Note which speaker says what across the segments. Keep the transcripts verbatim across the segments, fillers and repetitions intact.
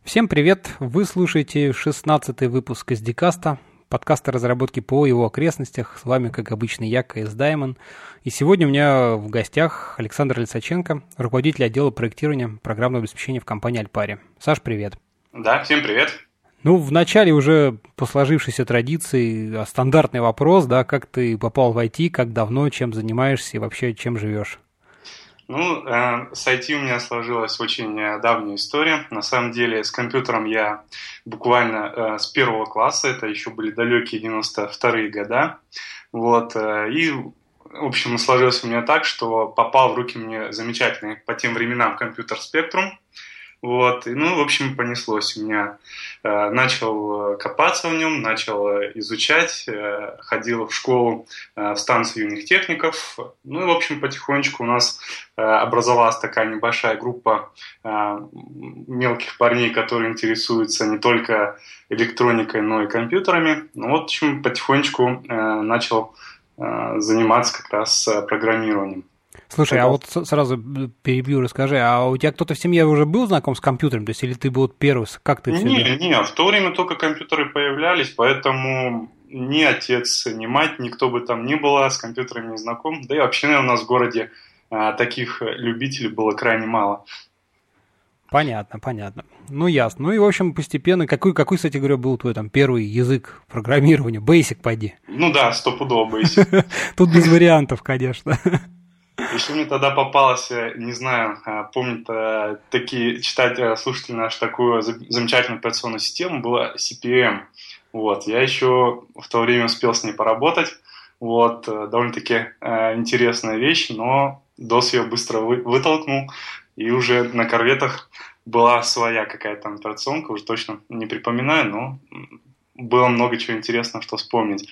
Speaker 1: Всем привет! Вы слушаете шестнадцатый выпуск эс ди каста, подкаста разработки ПО и его окрестностях. С вами, как обычно, я, КС Даймон. И сегодня у меня в гостях Александр Лисаченко, руководитель отдела проектирования программного обеспечения в компании Альпари. Саш, привет!
Speaker 2: Да, всем привет!
Speaker 1: Ну, в начале уже по сложившейся традиции стандартный вопрос, да, как ты попал в ай ти, как давно, чем занимаешься и вообще чем живешь?
Speaker 2: Ну, э, с ай ти у меня сложилась очень э, давняя история. На самом деле, с компьютером я буквально э, с первого класса, это еще были далекие девяносто вторые года. Вот, э, и, в общем, сложилось у меня так, что попал в руки мне замечательный по тем временам компьютер Spectrum. Вот, и, ну, в общем, понеслось у меня. Э, начал копаться в нем, начал изучать, э, ходил в школу, э, в станцию юных техников. Ну, и, в общем, потихонечку у нас э, образовалась такая небольшая группа э, мелких парней, которые интересуются не только электроникой, но и компьютерами. Ну, вот, в общем, потихонечку э, начал э, заниматься как раз программированием.
Speaker 1: Слушай, а вот сразу перебью, расскажи, а у тебя кто-то в семье уже был знаком с компьютером, то есть или ты был первый, как ты все
Speaker 2: Не,
Speaker 1: делал?
Speaker 2: не, в то время только компьютеры появлялись, поэтому ни отец, ни мать, никто бы там ни было, с компьютерами не знаком. Да и вообще, наверное, у нас в городе а, таких любителей было крайне мало.
Speaker 1: Понятно, понятно. Ну, ясно. Ну и, в общем, постепенно, какой, какой, кстати говоря, был твой там первый язык программирования? Basic, поди.
Speaker 2: Ну да, стопудово Basic.
Speaker 1: Тут без вариантов, конечно.
Speaker 2: Еще мне тогда попалось, не знаю, помнят такие, читать слушатели нашу такую замечательную операционную систему, была си пи эм. Вот, я еще в то время успел с ней поработать. Вот, довольно-таки интересная вещь, но дос ее быстро вы, вытолкнул, и уже на корветах была своя какая-то операционка, уже точно не припоминаю, но было много чего интересного, что вспомнить.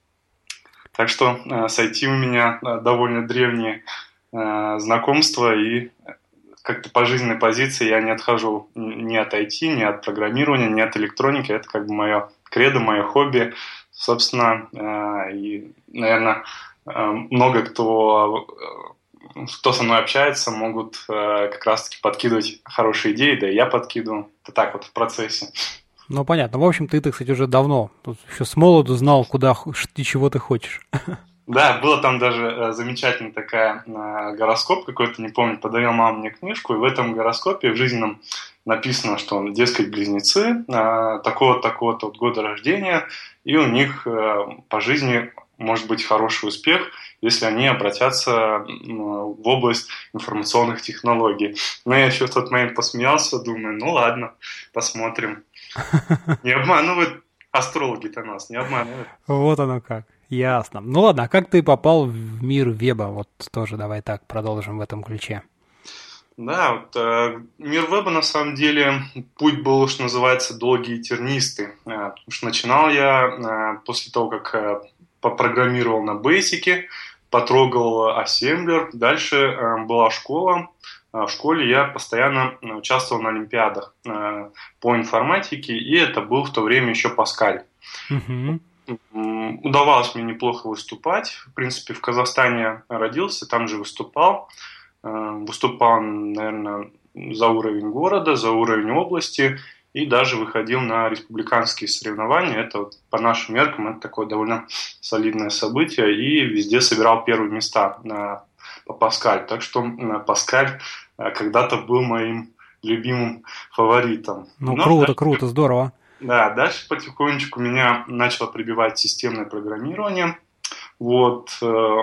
Speaker 2: Так что э, с ай ти у меня э, довольно древние э, знакомства, и как-то по жизненной позиции я не отхожу ни от ай ти, ни от программирования, ни от электроники. Это как бы мое кредо, мое хобби. Собственно, э, и, наверное, э, много кто, э, кто со мной общается, могут э, как раз-таки подкидывать хорошие идеи, да и я подкидываю. Это так вот в процессе.
Speaker 1: Ну, понятно. В общем, ты, кстати, уже давно, тут еще с молоду знал, куда и чего ты хочешь.
Speaker 2: Да, было там даже э, замечательная такая э, гороскоп какой-то, не помню, подарил мама мне книжку, и в этом гороскопе в жизненном написано, что, дескать, близнецы э, такого-то, такого-то вот года рождения, и у них э, по жизни может быть хороший успех, если они обратятся э, в область информационных технологий. Но я еще в тот момент посмеялся, думаю, ну ладно, посмотрим. Не обманывают астрологи-то нас, не обманывают.
Speaker 1: Вот оно как. Ясно. Ну ладно, а как ты попал в мир веба? Вот тоже давай так продолжим в этом ключе.
Speaker 2: Да, вот э, мир веба на самом деле путь был, что называется, долгий и тернистый. Э, потому что начинал я э, после того, как э, попрограммировал на Basic, потрогал ассемблер. Дальше э, была школа. В школе я постоянно участвовал на олимпиадах э, по информатике, и это был в то время еще Паскаль.
Speaker 1: Угу.
Speaker 2: Удавалось мне неплохо выступать. В принципе, в Казахстане родился, там же выступал. Э, выступал, наверное, за уровень города, за уровень области, и даже выходил на республиканские соревнования. Это вот, по нашим меркам это такое довольно солидное событие, и везде собирал первые места на по Паскаль. Так что Паскаль когда-то был моим любимым фаворитом.
Speaker 1: Ну,
Speaker 2: Но
Speaker 1: круто,
Speaker 2: дальше,
Speaker 1: круто, здорово.
Speaker 2: Да, дальше потихонечку меня начало прибивать системное программирование. Вот, э,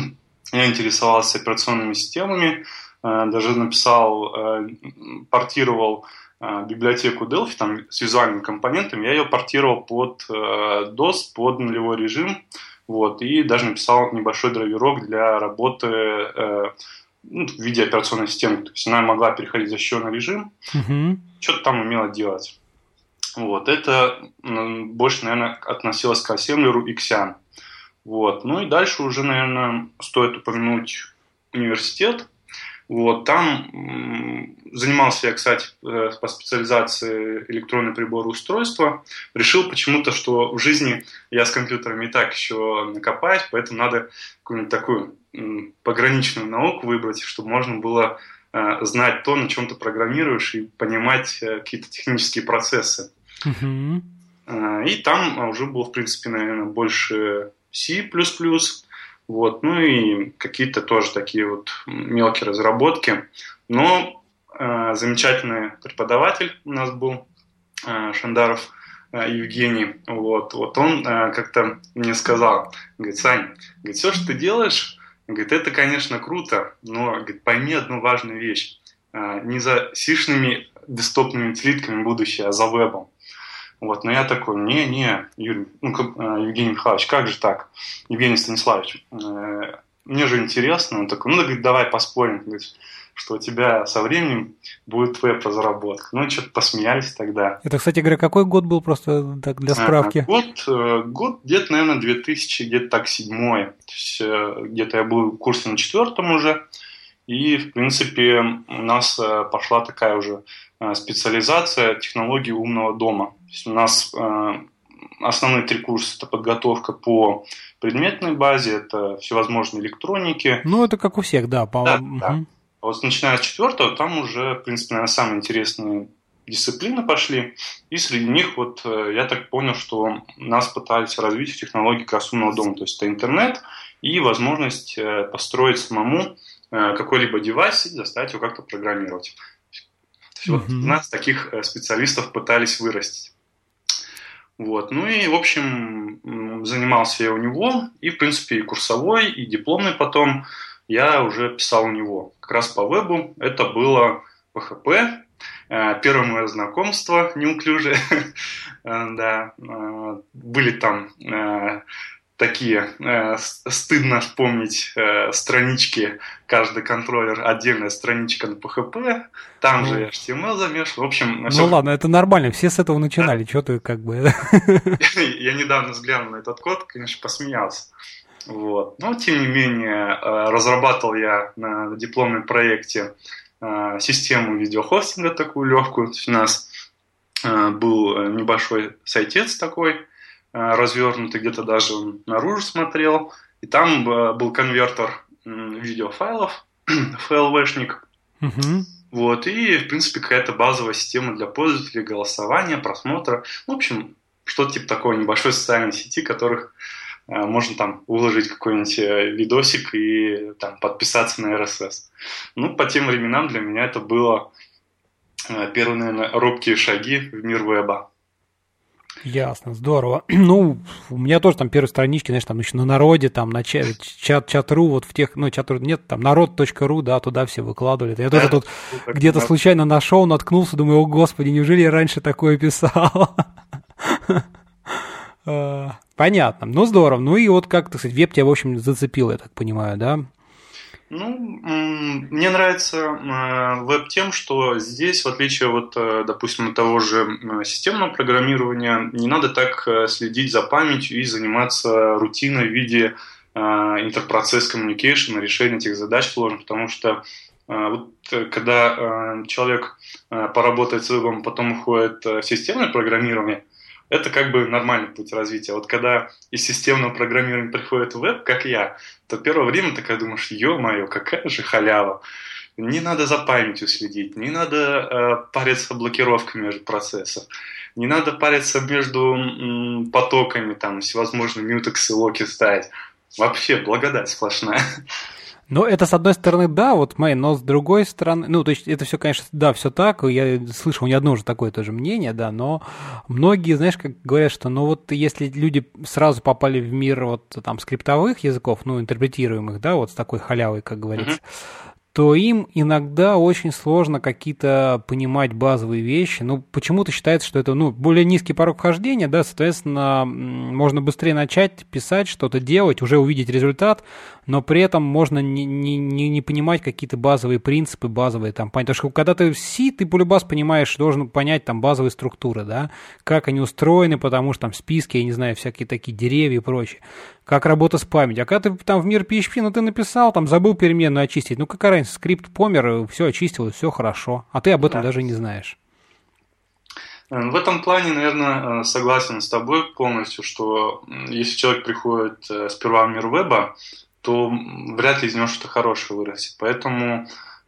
Speaker 2: я интересовался операционными системами, э, даже написал, э, портировал э, библиотеку Delphi там, с визуальными компонентами, я ее портировал под э, дос, под нулевой режим. Вот, и даже написал небольшой драйверок для работы э, ну, в виде операционной системы. То есть она могла переходить в защищенный режим,
Speaker 1: угу.
Speaker 2: Что-то там умела делать. Вот, это ну, больше, наверное, относилось к ассемблеру и Xyan. Вот, ну и дальше уже, наверное, стоит упомянуть университет. Вот, там м, занимался я, кстати, по специализации электронные приборы и устройства. Решил почему-то, что в жизни я с компьютерами и так еще накопаюсь, поэтому надо какую-нибудь такую м, пограничную науку выбрать, чтобы можно было знать то, на чем ты программируешь, и понимать какие-то технические процессы. Uh-huh. И там уже было, в принципе, наверное, больше C++, вот, ну и какие-то тоже такие вот мелкие разработки. Но э, замечательный преподаватель у нас был, э, Шандаров э, Евгений, вот, вот он э, как-то мне сказал, говорит, Сань, говорит, все, что ты делаешь, говорит, это, конечно, круто, но, говорит, пойми одну важную вещь, э, не за сишными десктопными утилитками будущее, а за вебом. Вот, но я такой, не-не, Юрий, ну, Евгений Михайлович, как же так? Евгений Станиславович, э, мне же интересно. Он такой, ну, говорит, давай поспорим, говорит, что у тебя со временем будет веб-разработка. Ну, что-то посмеялись тогда.
Speaker 1: Это, кстати говоря, какой год был, просто так для справки?
Speaker 2: А, год, год где-то, наверное, две тысячи, где-то так, седьмой. То есть, где-то я был в курсе на четвертом уже. И, в принципе, у нас пошла такая уже специализация технологий умного дома. То есть у нас э, основные три курса – это подготовка по предметной базе, это всевозможные электроники.
Speaker 1: Ну, это как у всех, да. По...
Speaker 2: Да,
Speaker 1: угу.
Speaker 2: да. А вот начиная с четвертого, там уже, в принципе, наверное, самые интересные дисциплины пошли. И среди них, вот, я так понял, что нас пытались развить в технологии как раз умного дома. То есть это интернет и возможность построить самому какой-либо девайс и заставить его как-то программировать. То есть, mm-hmm. вот нас, таких специалистов, пытались вырастить. Вот. Ну и, в общем, занимался я у него, и, в принципе, и курсовой, и дипломный потом я уже писал у него. Как раз по вебу это было пи эйч пи. Первое мое знакомство неуклюжее. Да. Были там такие, э, стыдно вспомнить э, странички, каждый контроллер, отдельная страничка на пи эйч пи, там ну, же эйч ти эм эл замешан, в общем...
Speaker 1: Ну все... ладно, это нормально, все с этого начинали, да. Что ты как бы...
Speaker 2: Я недавно взглянул на этот код, конечно, посмеялся. Вот. Но, тем не менее, разрабатывал я на дипломном проекте систему видеохостинга такую легкую. То есть у нас был небольшой сайтец такой, развернутый, где-то даже наружу смотрел, и там был конвертер видеофайлов, эф эл ви-шник, uh-huh. вот, и, в принципе, какая-то базовая система для пользователей, голосования, просмотра, в общем, что-то типа такой небольшой социальной сети, которых э, можно там выложить какой-нибудь видосик и там подписаться на эр эс эс. Ну, по тем временам для меня это было э, первые, наверное, робкие шаги в мир веба.
Speaker 1: Ясно, здорово. Ну, у меня тоже там первые странички, знаешь, там еще на народе, там на чат, чат, чат.ру, вот в тех, ну, чат.ру нет, там народ точка ру, да, туда все выкладывали. Я тоже тут где-то случайно нашел, наткнулся, думаю, о, господи, неужели я раньше такое писал? Понятно, ну, здорово. Ну, и вот как, так сказать, веб тебя, в общем, зацепил, я так понимаю, да?
Speaker 2: Ну, мне нравится веб тем, что здесь, в отличие вот, допустим, от того же системного программирования, не надо так следить за памятью и заниматься рутиной в виде интерпроцесс communication, решения этих задач сложных, потому что вот, когда человек поработает с вебом, потом уходит в системное программирование, это как бы нормальный путь развития. Вот когда из системного программирования приходит веб, как я, то первое время такая думаешь, ё-моё, какая же халява. Не надо за памятью следить, не надо э, париться блокировками между процессов, не надо париться между м, потоками, там, всевозможные мьютексы, локи ставить. Вообще благодать сплошная.
Speaker 1: Ну, это, с одной стороны, да, вот, Мэй, но с другой стороны, ну, то есть это все, конечно, да, все так, я слышал не одно уже такое тоже мнение, да, но многие, знаешь, как говорят, что, ну, вот если люди сразу попали в мир вот там скриптовых языков, ну, интерпретируемых, да, вот с такой халявой, как говорится, mm-hmm. то им иногда очень сложно какие-то понимать базовые вещи. Ну, почему-то считается, что это, ну, более низкий порог вхождения, да, соответственно, можно быстрее начать писать, что-то делать, уже увидеть результат, но при этом можно не, не, не понимать какие-то базовые принципы, базовые там, потому что когда ты в C, ты полюбас понимаешь, должен понять там базовые структуры, да, как они устроены, потому что там списки, я не знаю, всякие такие деревья и прочее, как работа с памятью. А когда ты там в мир пи эйч пи, ну, ты написал, там, забыл переменную очистить, ну, какая разница, скрипт помер, все очистилось, все хорошо, а ты об этом да. даже не знаешь.
Speaker 2: В этом плане, наверное, согласен с тобой полностью, что если человек приходит сперва в мир веба, то вряд ли из него что-то хорошее вырастет. Поэтому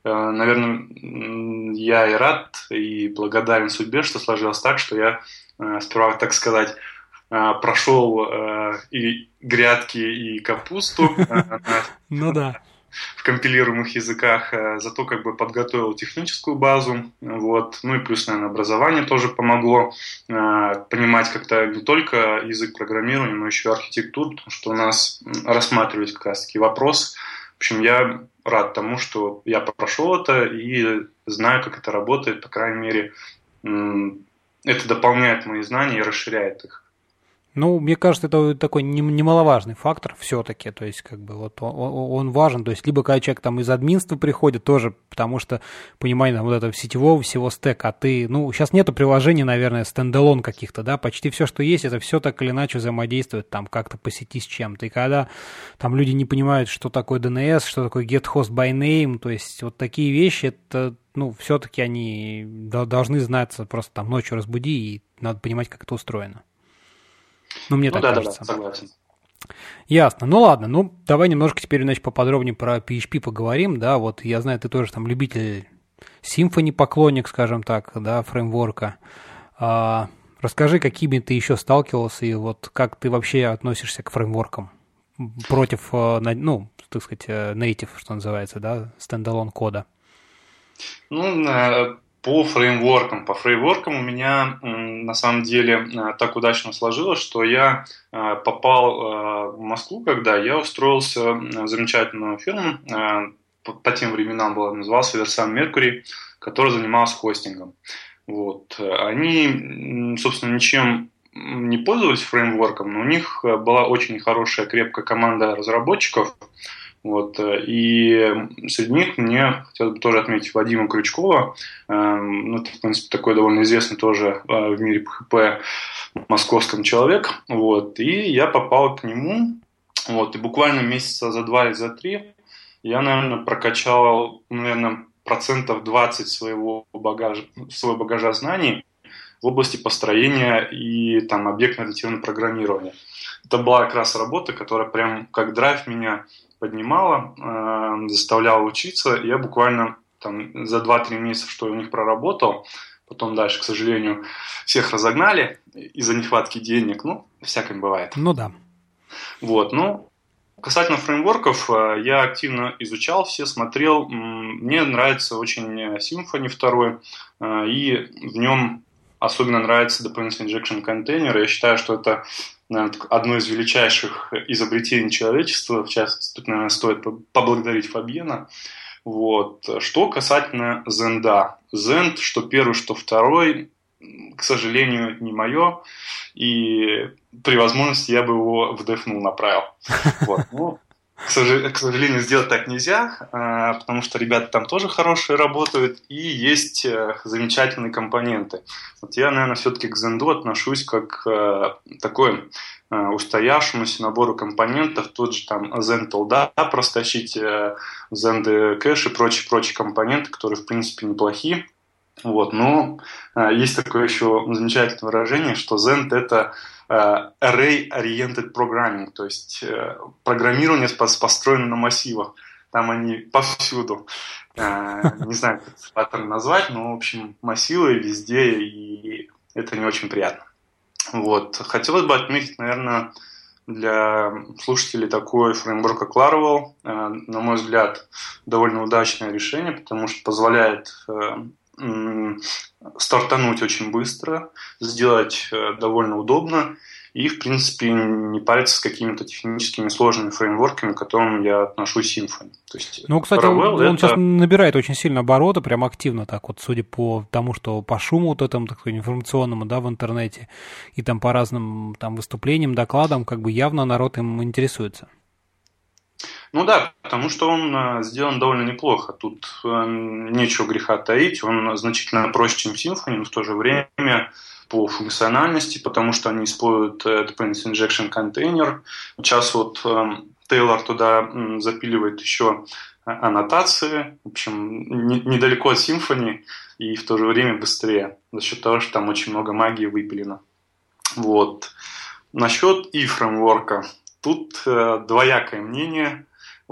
Speaker 2: наверное, я и рад, и благодарен судьбе, что сложилось так, что я сперва, так сказать, прошел и грядки, и капусту.
Speaker 1: Ну да.
Speaker 2: В компилируемых языках, зато как бы подготовил техническую базу, вот, ну и плюс, наверное, образование тоже помогло понимать как-то не только язык программирования, но еще и архитектуру, потому что у нас рассматривались как раз-таки вопросы. В общем, я рад тому, что я прошел это и знаю, как это работает, по крайней мере, это дополняет мои знания и расширяет их.
Speaker 1: Ну, мне кажется, это такой немаловажный фактор все-таки, то есть как бы вот он, он важен, то есть либо когда человек там из админства приходит тоже, потому что понимание там, вот этого сетевого всего стека, а ты, ну, сейчас нету приложений, наверное, стендалон каких-то, да, почти все, что есть, это все так или иначе взаимодействует там как-то по сети с чем-то, и когда там люди не понимают, что такое ди эн эс, что такое get host by name, то есть вот такие вещи, это, ну, все-таки они должны знаться, просто там ночью разбуди, и надо понимать, как это устроено. Ну, мне
Speaker 2: ну,
Speaker 1: так
Speaker 2: да,
Speaker 1: кажется.
Speaker 2: Да, да, согласен.
Speaker 1: Ясно. Ну, ладно. Ну, давай немножко теперь, значит, поподробнее про пи эйч пи поговорим. Да, вот я знаю, ты тоже там любитель Symfony поклонник, скажем так, да, фреймворка. А, расскажи, какими ты еще сталкивался и вот как ты вообще относишься к фреймворкам против, ну, так сказать, native, что называется, да, стендалон кода?
Speaker 2: Ну, По фреймворкам. По фреймворкам у меня на самом деле так удачно сложилось, что я попал в Москву, когда я устроился в замечательную фирму, по тем временам была, назывался Versan Mercury, которая занималась хостингом. Вот. Они, собственно, ничем не пользовались фреймворком, но у них была очень хорошая, крепкая команда разработчиков. Вот, и среди них мне хотелось бы тоже отметить Вадима Крючкова, ну, это, в принципе, такой довольно известный тоже в мире пи эйч пи московском человек, вот, и я попал к нему, вот, и буквально месяца за два или за три я, наверное, прокачал, наверное, процентов двадцать своего багажа, своего багажа знаний в области построения и там объектно-ориентированного программирования. Это была как раз работа, которая прям как драйв меня поднимала, э, заставляла учиться. Я буквально там за два-три месяца, что я у них проработал, потом дальше, к сожалению, всех разогнали из-за нехватки денег. Ну, всякое бывает.
Speaker 1: Ну да.
Speaker 2: Вот, ну, касательно фреймворков, я активно изучал все, смотрел. Мне нравится очень Symfony два, и в нем особенно нравится Dependency Injection Container. Я считаю, что это, наверное, одно из величайших изобретений человечества. В частности, тут, наверное, стоит поблагодарить Фабьена. Вот. Что касательно Zend. Zend, что первый, что второй, к сожалению, не мое. И при возможности я бы его в DevNull направил. Вот. Ну, к сожалению, сделать так нельзя, потому что ребята там тоже хорошие работают, и есть замечательные компоненты. Вот я, наверное, все-таки к Zend отношусь как к такой устоявшемуся набору компонентов. Тот же там Zentel, да, простащить Zend кэш и прочие-прочие компоненты, которые, в принципе, неплохие. Вот, но есть такое еще замечательное выражение, что Zend – это Array-oriented programming, то есть программирование построено на массивах. Там они повсюду. Не знаю, как этот паттерн назвать, но, в общем, массивы везде, и это не очень приятно. Вот. Хотелось бы отметить, наверное, для слушателей такой фреймворк, как Laravel. На мой взгляд, довольно удачное решение, потому что позволяет стартануть очень быстро, сделать довольно удобно и, в принципе, не париться с какими-то техническими сложными фреймворками, к которым я отношу Symfony. То есть,
Speaker 1: ну, кстати, Laravel он, это... он сейчас набирает очень сильно обороты, прям активно так вот, судя по тому, что по шуму вот этому, так сказать, информационному, да, в интернете и там по разным там выступлениям, докладам, как бы явно народ им интересуется.
Speaker 2: Ну да, потому что он сделан довольно неплохо. Тут нечего греха таить. Он значительно проще, чем Symfony, но в то же время по функциональности, потому что они используют Dependency Injection Container. Сейчас вот Taylor туда запиливает еще аннотации. В общем, недалеко от Symfony и в то же время быстрее, за счет того, что там очень много магии выпилено. Вот. Насчет и фреймворка. Тут двоякое мнение.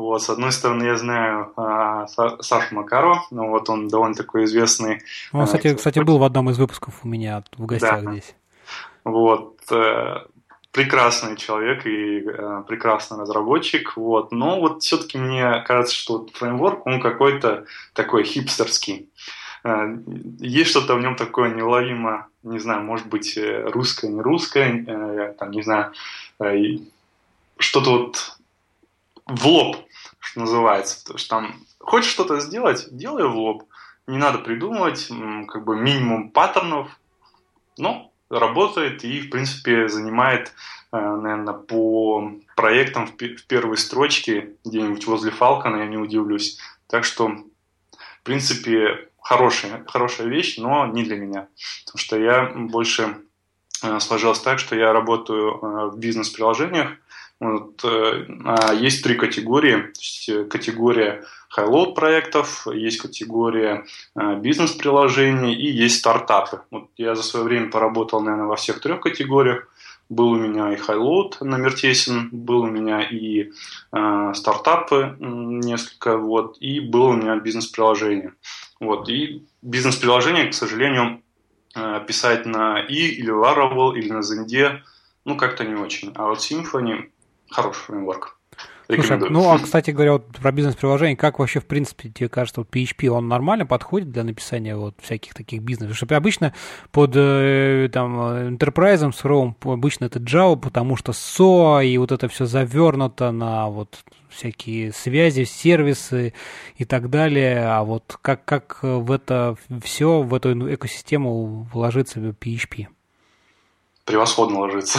Speaker 2: Вот, с одной стороны, я знаю а, Сашу Макарова, ну вот он довольно такой известный.
Speaker 1: Он, кстати, а, кстати, был в одном из выпусков у меня в гостях, да, здесь.
Speaker 2: Вот, э, прекрасный человек и э, прекрасный разработчик, вот, но вот все-таки мне кажется, что вот фреймворк, он какой-то такой хипстерский. Э, есть что-то в нем такое неуловимо, не знаю, может быть, русское, не русское, э, там, не знаю, э, что-то вот в лоб, что называется, потому что там хочешь что-то сделать, делай в лоб, не надо придумывать, как бы минимум паттернов, но работает и, в принципе, занимает, наверное, по проектам в первой строчке где-нибудь возле Falcon, я не удивлюсь. Так что, в принципе, хорошая, хорошая вещь, но не для меня, потому что я больше сложилось так, что я работаю в бизнес-приложениях. Вот, есть три категории. Есть категория high-load проектов, есть категория бизнес-приложений и есть стартапы. Вот я за свое время поработал, наверное, во всех трех категориях. Был у меня и high-load номер Тесин, был у меня и э, стартапы несколько, вот, и было у меня бизнес-приложение. Вот, и бизнес-приложение, к сожалению, э, писать на И или Laravel или на Zend, ну, как-то не очень. А вот Symfony хороший фреймворк.
Speaker 1: Слушай, ну, а, кстати говоря, вот про бизнес-приложение, как вообще, в принципе, тебе кажется, вот пи эйч пи, он нормально подходит для написания вот всяких таких бизнесов? Потому что обычно под э, там enterprise суровым обычно это Java, потому что эс о а и вот это все завернуто на вот всякие связи, сервисы и так далее. А вот как, как в это все, в эту экосистему вложится пи эйч пи?
Speaker 2: Превосходно ложится.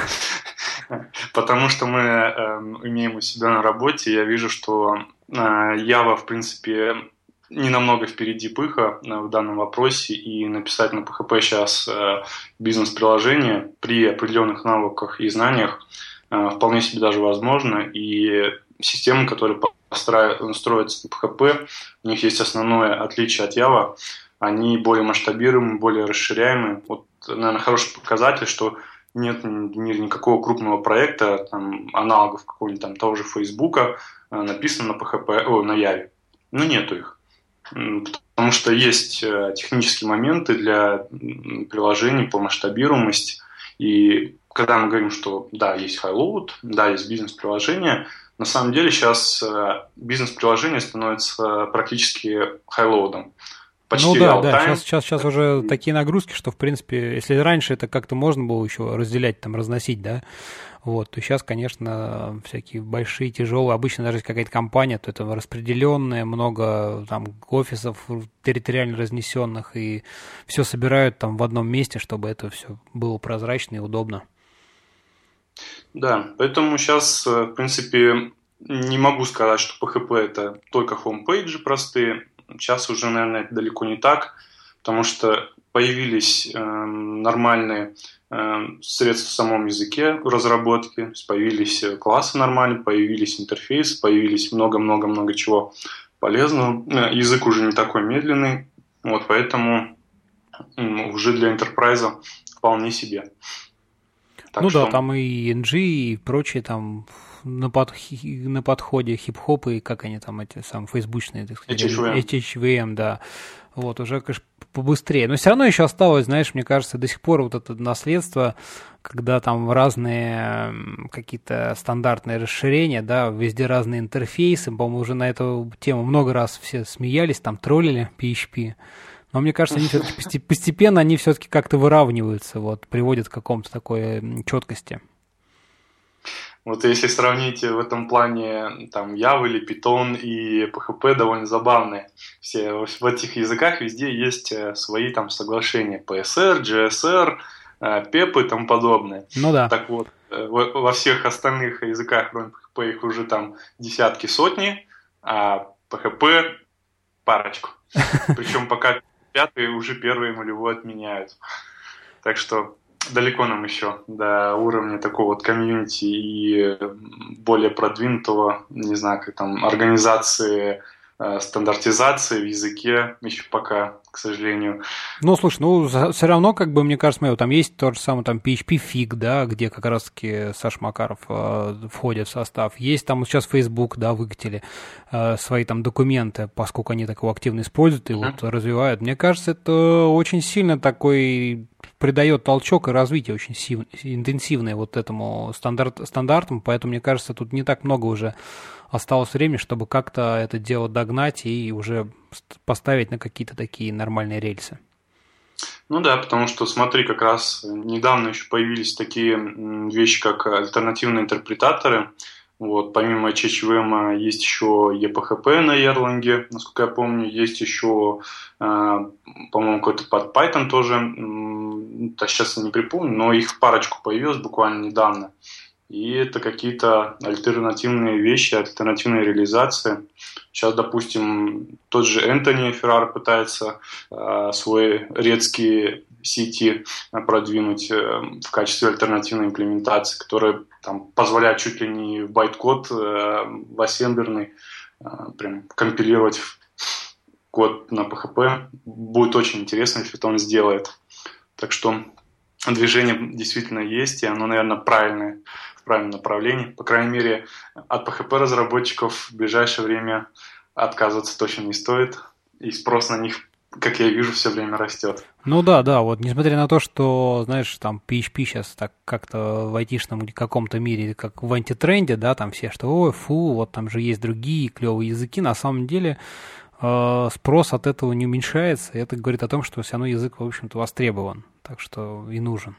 Speaker 2: Потому что мы э, имеем у себя на работе, я вижу, что э, Java, в принципе, не намного впереди пыха э, в данном вопросе, и написать на пи эйч пи сейчас э, бизнес-приложение при определенных навыках и знаниях э, вполне себе даже возможно, и системы, которые построят, строятся на пи эйч пи, у них есть основное отличие от Java, они более масштабируемы, более расширяемы. Вот, наверное, хороший показатель, что нет в мире никакого крупного проекта, там, аналогов какого-нибудь там того же Фейсбука, написано на пи эйч пи, о, на Java. Ну, нету их. Потому что есть технические моменты для приложений по масштабируемости. И когда мы говорим, что да, есть high-load, да, есть бизнес-приложение, на самом деле сейчас бизнес-приложение становится практически high-load'ом. Почти
Speaker 1: ну да, да, сейчас, сейчас, сейчас уже такие нагрузки, что, в принципе, если раньше это как-то можно было еще разделять, там, разносить, да, вот, то сейчас, конечно, всякие большие, тяжелые, обычно даже если какая-то компания, то это распределенное, много там офисов территориально разнесенных, и все собирают там в одном месте, чтобы это все было прозрачно и удобно.
Speaker 2: Да, поэтому сейчас, в принципе, не могу сказать, что пи эйч пи это только хомпейджи простые. Сейчас уже, наверное, это далеко не так, потому что появились э, нормальные э, средства в самом языке разработки, появились классы нормальные, появились интерфейсы, появились много-много-много чего полезного. Язык уже не такой медленный, вот поэтому э, уже для enterprise вполне себе.
Speaker 1: Так ну что... да, там и эн джи, и прочие там на, под, на подходе хип-хоп, и как они там, эти самые фейсбучные, так сказать, эйч эйч ви эм, да. Вот, уже, конечно, побыстрее. Но все равно еще осталось, знаешь, мне кажется, до сих пор вот это наследство, когда там разные какие-то стандартные расширения, да, везде разные интерфейсы. По-моему, уже на эту тему много раз все смеялись, там троллили пи эйч пи. Но мне кажется, они все-таки постепенно они все-таки как-то выравниваются, вот, приводят к какому-то такой четкости.
Speaker 2: Вот если сравнить в этом плане там Java или Python и пи эйч пи, довольно забавные. Все в этих языках везде есть свои там соглашения пи эс ар, джей эс ар, пеп и тому подобное.
Speaker 1: Ну да.
Speaker 2: Так вот, во всех остальных языках, кроме пи эйч пи, их уже там десятки, сотни, а пи эйч пи парочку. Причем пока пятый уже первый нулевой отменяют. Так что далеко нам еще до уровня такого вот комьюнити и более продвинутого, не знаю, как там, организации, э, стандартизации в языке еще пока, к к сожалению.
Speaker 1: Ну, слушай, ну, все равно, как бы, мне кажется, моё, там есть тот же самый там пи эйч пи Fig, да, где как раз-таки Саша Макаров э, входит в состав. Есть там сейчас Facebook, да, выкатили э, свои там документы, поскольку они так его активно используют и uh-huh. вот развивают. Мне кажется, это очень сильно такой придает толчок и развитие очень сив... интенсивное вот этому стандарт... стандартам, поэтому, мне кажется, тут не так много уже осталось времени, чтобы как-то это дело догнать и уже поставить на какие-то такие нормальные рельсы.
Speaker 2: Ну да, потому что, смотри, как раз недавно еще появились такие вещи, как альтернативные интерпретаторы. Вот, помимо эйч эйч ви эм есть еще и пи эйч пи на Erlang, насколько я помню, есть еще, по-моему, какой-то под Python тоже, сейчас я не припомню, но их парочку появилось буквально недавно. И это какие-то альтернативные вещи, альтернативные реализации. Сейчас, допустим, тот же Энтони Феррар пытается э, свой редский си ти продвинуть э, в качестве альтернативной имплементации, которая там, позволяет чуть ли не байткод э, в ассемблерный э, прям компилировать код на пи эйч пи. Будет очень интересно, если это он сделает. Так что движение действительно есть, и оно, наверное, правильное, в правильном направлении. По крайней мере, от пи эйч пи-разработчиков в ближайшее время отказываться точно не стоит, и спрос на них, как я вижу, все время растет.
Speaker 1: Ну да, да, вот несмотря на то, что, знаешь, там пи эйч пи сейчас так как-то в айтишном каком-то мире, как в антитренде, да, там все, что ой, фу, вот там же есть другие клевые языки, на самом деле спрос от этого не уменьшается, и это говорит о том, что все равно язык, в общем-то, востребован, так что и нужен.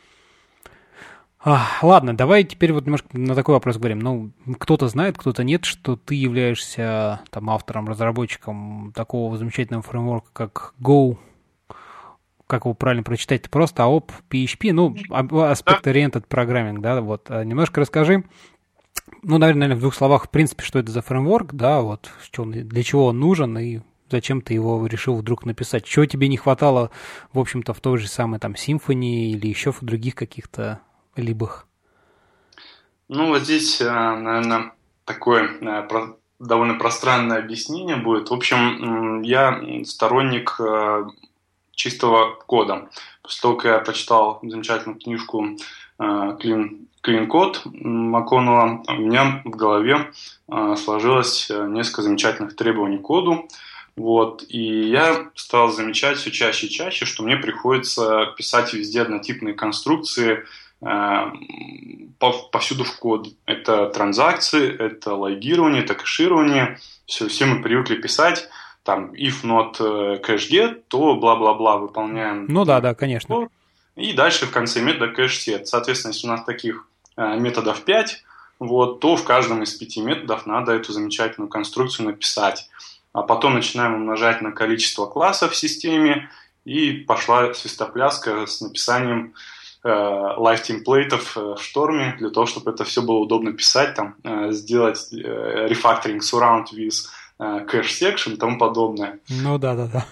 Speaker 1: А, ладно, давай теперь вот немножко на такой вопрос говорим. Ну, кто-то знает, кто-то нет, что ты являешься там автором, разработчиком такого замечательного фреймворка, как Go, как его правильно прочитать, просто эй о пи пи эйч пи, ну, Aspect Oriented Programming, да, вот. Немножко расскажи. Ну, наверное, в двух словах, в принципе, что это за фреймворк, да, вот, для чего он нужен и зачем ты его решил вдруг написать. Чего тебе не хватало, в общем-то, в той же самой там Symfony или еще в других каких-то либых?
Speaker 2: Ну, вот здесь, наверное, такое довольно пространное объяснение будет. В общем, я сторонник чистого кода. После того, как я прочитал замечательную книжку Clean Clean Code МакКоннелла, у меня в голове э, сложилось несколько замечательных требований к коду. Вот, и я стал замечать все чаще и чаще, что мне приходится писать везде однотипные конструкции э, повсюду в код. Это транзакции, это логирование, это кэширование. Все, все мы привыкли писать. Там, if not cache get, то бла-бла-бла выполняем.
Speaker 1: Ну да, да, конечно.
Speaker 2: И дальше в конце метода cache set. Соответственно, если у нас таких э, методов пять, вот, то в каждом из пяти методов надо эту замечательную конструкцию написать. А потом начинаем умножать на количество классов в системе, и пошла свистопляска с написанием э, live темплейтов в шторме, для того, чтобы это все было удобно писать, там, э, сделать э, refactoring surround with э, cache section и тому подобное.
Speaker 1: Ну да, да, да.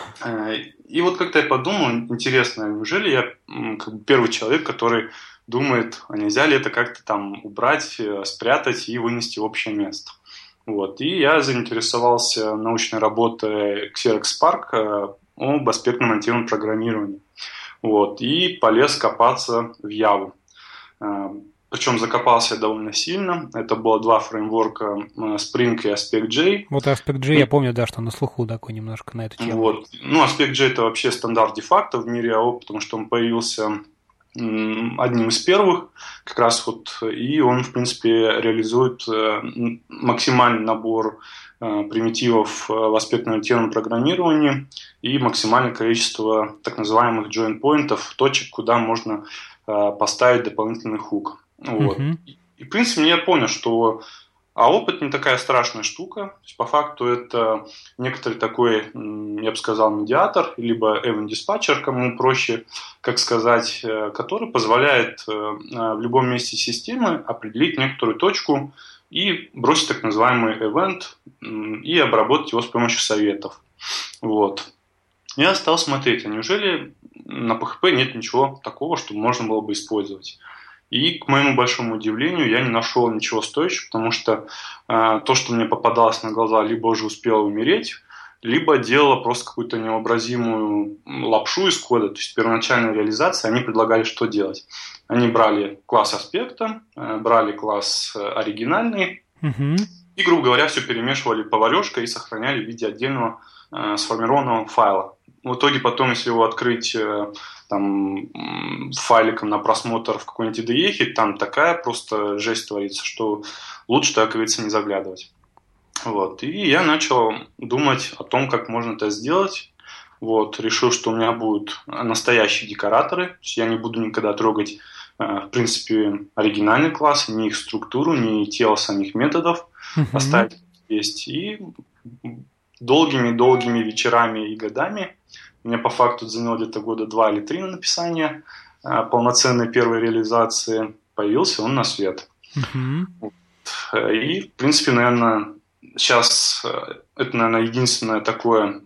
Speaker 2: И вот как-то я подумал, интересно, неужели я как бы первый человек, который думает, а нельзя ли это как-то там убрать, спрятать и вынести в общее место. Вот. И я заинтересовался научной работой Xerox PARC об аспектно-ориентированном программировании. Вот. И полез копаться в Яву. Причем закопался довольно сильно. Это было два фреймворка, Spring и AspectJ.
Speaker 1: Вот AspectJ, я помню, да, что на слуху такой немножко на эту тему.
Speaker 2: Вот. Ну, AspectJ это вообще стандарт де-факто в мире эй о, потому что он появился одним из первых, как раз вот, и он, в принципе, реализует максимальный набор примитивов в аспектно-ориентированном программировании и максимальное количество так называемых join поинтов, точек, куда можно поставить дополнительный хук. Вот. Uh-huh. И, в принципе, я понял, что а опыт не такая страшная штука. То есть, по факту это некоторый такой, я бы сказал, медиатор, либо event-диспатчер, кому проще, как сказать, который позволяет в любом месте системы определить некоторую точку и бросить так называемый event и обработать его с помощью советов. Вот. Я стал смотреть, а неужели на пи эйч пи нет ничего такого, что можно было бы использовать? И, к моему большому удивлению, я не нашел ничего стоящего, потому что э, то, что мне попадалось на глаза, либо уже успело умереть, либо делала просто какую-то невообразимую лапшу из кода. То есть в первоначальной реализации они предлагали, что делать. Они брали класс аспекта, брали класс оригинальный, mm-hmm. и, грубо говоря, все перемешивали поварешкой и сохраняли в виде отдельного э, сформированного файла. В итоге потом, если его открыть э, там, файликом на просмотр в какой-нибудь ай ди и, там такая просто жесть творится, что лучше, так говорится, не заглядывать. Вот. И я начал думать о том, как можно это сделать. Вот. Решил, что у меня будут настоящие декораторы. То есть я не буду никогда трогать, в принципе, оригинальный класс, ни их структуру, ни тело самих методов. Uh-huh. Оставить есть. И долгими-долгими вечерами и годами, мне по факту заняло где-то года два или три на написание полноценной первой реализации, появился он на свет. Uh-huh. Вот. И, в принципе, наверное, сейчас это, наверное, единственное такое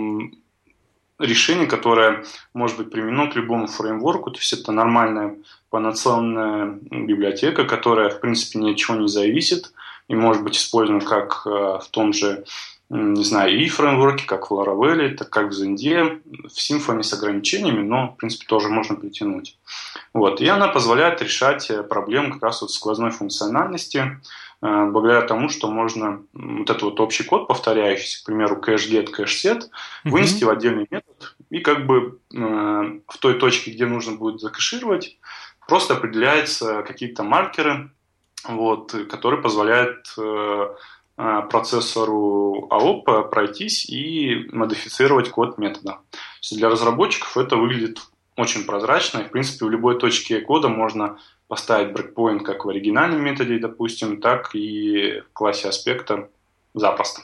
Speaker 2: решение, которое может быть применено к любому фреймворку. То есть это нормальная полноценная библиотека, которая, в принципе, ни от чего не зависит и может быть использована как в том же, не знаю, и фреймворке, как в Laravel, так как в Zend, в Symfony с ограничениями, но, в принципе, тоже можно притянуть. Вот. И она позволяет решать проблемы как раз вот сквозной функциональности, благодаря тому, что можно вот этот вот общий код, повторяющийся, к примеру, cache-get, cache-set, mm-hmm. вынести в отдельный метод и как бы э, в той точке, где нужно будет закэшировать, просто определяются какие-то маркеры, вот, которые позволяют э, процессору эй о пи пройтись и модифицировать код метода. То есть для разработчиков это выглядит очень прозрачно, и, в принципе, в любой точке кода можно поставить брейкпоинт как в оригинальном методе, допустим, так и в классе аспекта запросто.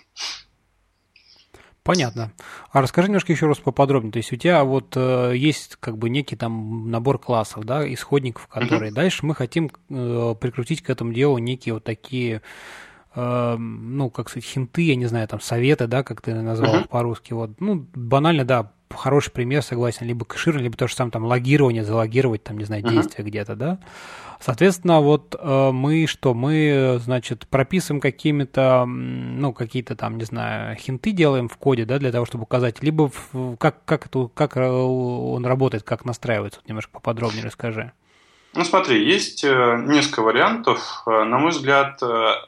Speaker 1: Понятно. А расскажи немножко еще раз поподробнее. То есть у тебя вот э, есть как бы некий там набор классов, да, исходников, которые mm-hmm. дальше мы хотим э, прикрутить к этому делу некие вот такие, э, ну, как сказать, хинты, я не знаю, там, советы, да, как ты назвал mm-hmm. по-русски. Вот, ну, банально, да, хороший пример, согласен, либо кэширование, либо то же самое, там, логирование, залогировать, там, не знаю, действия uh-huh. где-то, да. Соответственно, вот э, мы что, мы, значит, прописываем какими-то, ну, какие-то там, не знаю, хинты делаем в коде, да, для того, чтобы указать, либо в, как, как, это, как он работает, как настраивается, вот немножко поподробнее расскажи.
Speaker 2: Ну, смотри, есть несколько вариантов. На мой взгляд,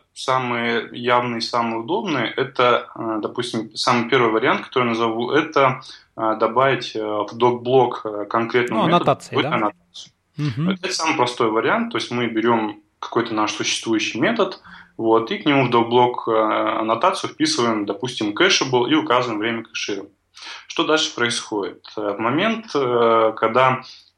Speaker 2: самые явные, самые удобные, это, допустим, самый первый вариант, который я назову, это добавить в док-блок конкретного
Speaker 1: ну,
Speaker 2: метода
Speaker 1: аннотации, да?
Speaker 2: аннотацию. Угу. Это самый простой вариант, то есть мы берем какой-то наш существующий метод, вот, и к нему в док-блок аннотацию вписываем, допустим, cacheable и указываем время кэширования. Что дальше происходит? В момент, когда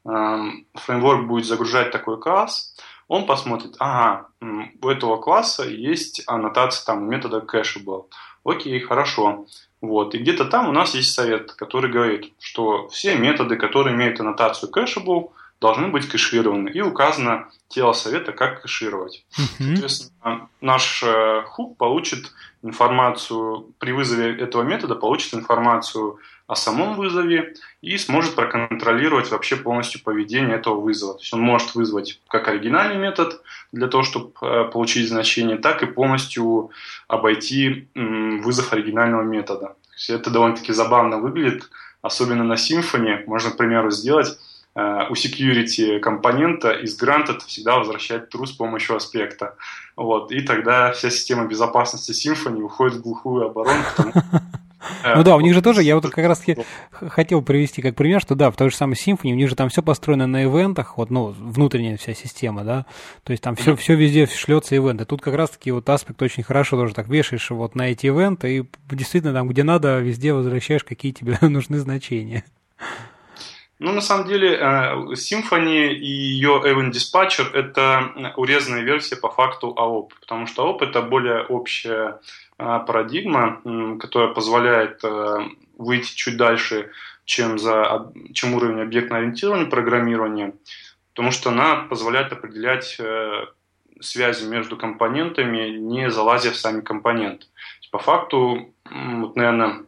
Speaker 2: фреймворк будет загружать такой класс, он посмотрит, ага, у этого класса есть аннотация там метода cacheable. Окей, хорошо. Вот. И где-то там у нас есть совет, который говорит, что все методы, которые имеют аннотацию cacheable, должны быть кэшированы. И указано тело совета, как кэшировать. Mm-hmm. Соответственно, наш э, хук получит информацию, при вызове этого метода получит информацию о самом вызове и сможет проконтролировать вообще полностью поведение этого вызова. То есть он может вызвать как оригинальный метод для того, чтобы э, получить значение, так и полностью обойти э, вызов оригинального метода. То есть это довольно-таки забавно выглядит, особенно на Symfony. Можно, к примеру, сделать у security компонента из granted всегда возвращать true с помощью аспекта. Вот. И тогда вся система безопасности Symfony уходит в глухую оборону.
Speaker 1: Ну да, у них же тоже, я вот как раз хотел привести как пример, что да, в той же самой Symfony, у них же там все построено на ивентах, вот, ну, внутренняя вся система, да, то есть там все, все везде шлется ивенты. Тут как раз-таки вот аспект очень хорошо тоже так вешаешь вот на эти ивенты, и действительно там, где надо, везде возвращаешь, какие тебе нужны значения.
Speaker 2: Ну, на самом деле, Symfony и ее Event Dispatcher – это урезанная версия по факту эй о пи, потому что эй о пи – это более общая парадигма, которая позволяет выйти чуть дальше, чем, за, чем уровень объектно-ориентированного программирования, потому что она позволяет определять связи между компонентами, не залазя в сами компоненты. По факту, вот, наверное,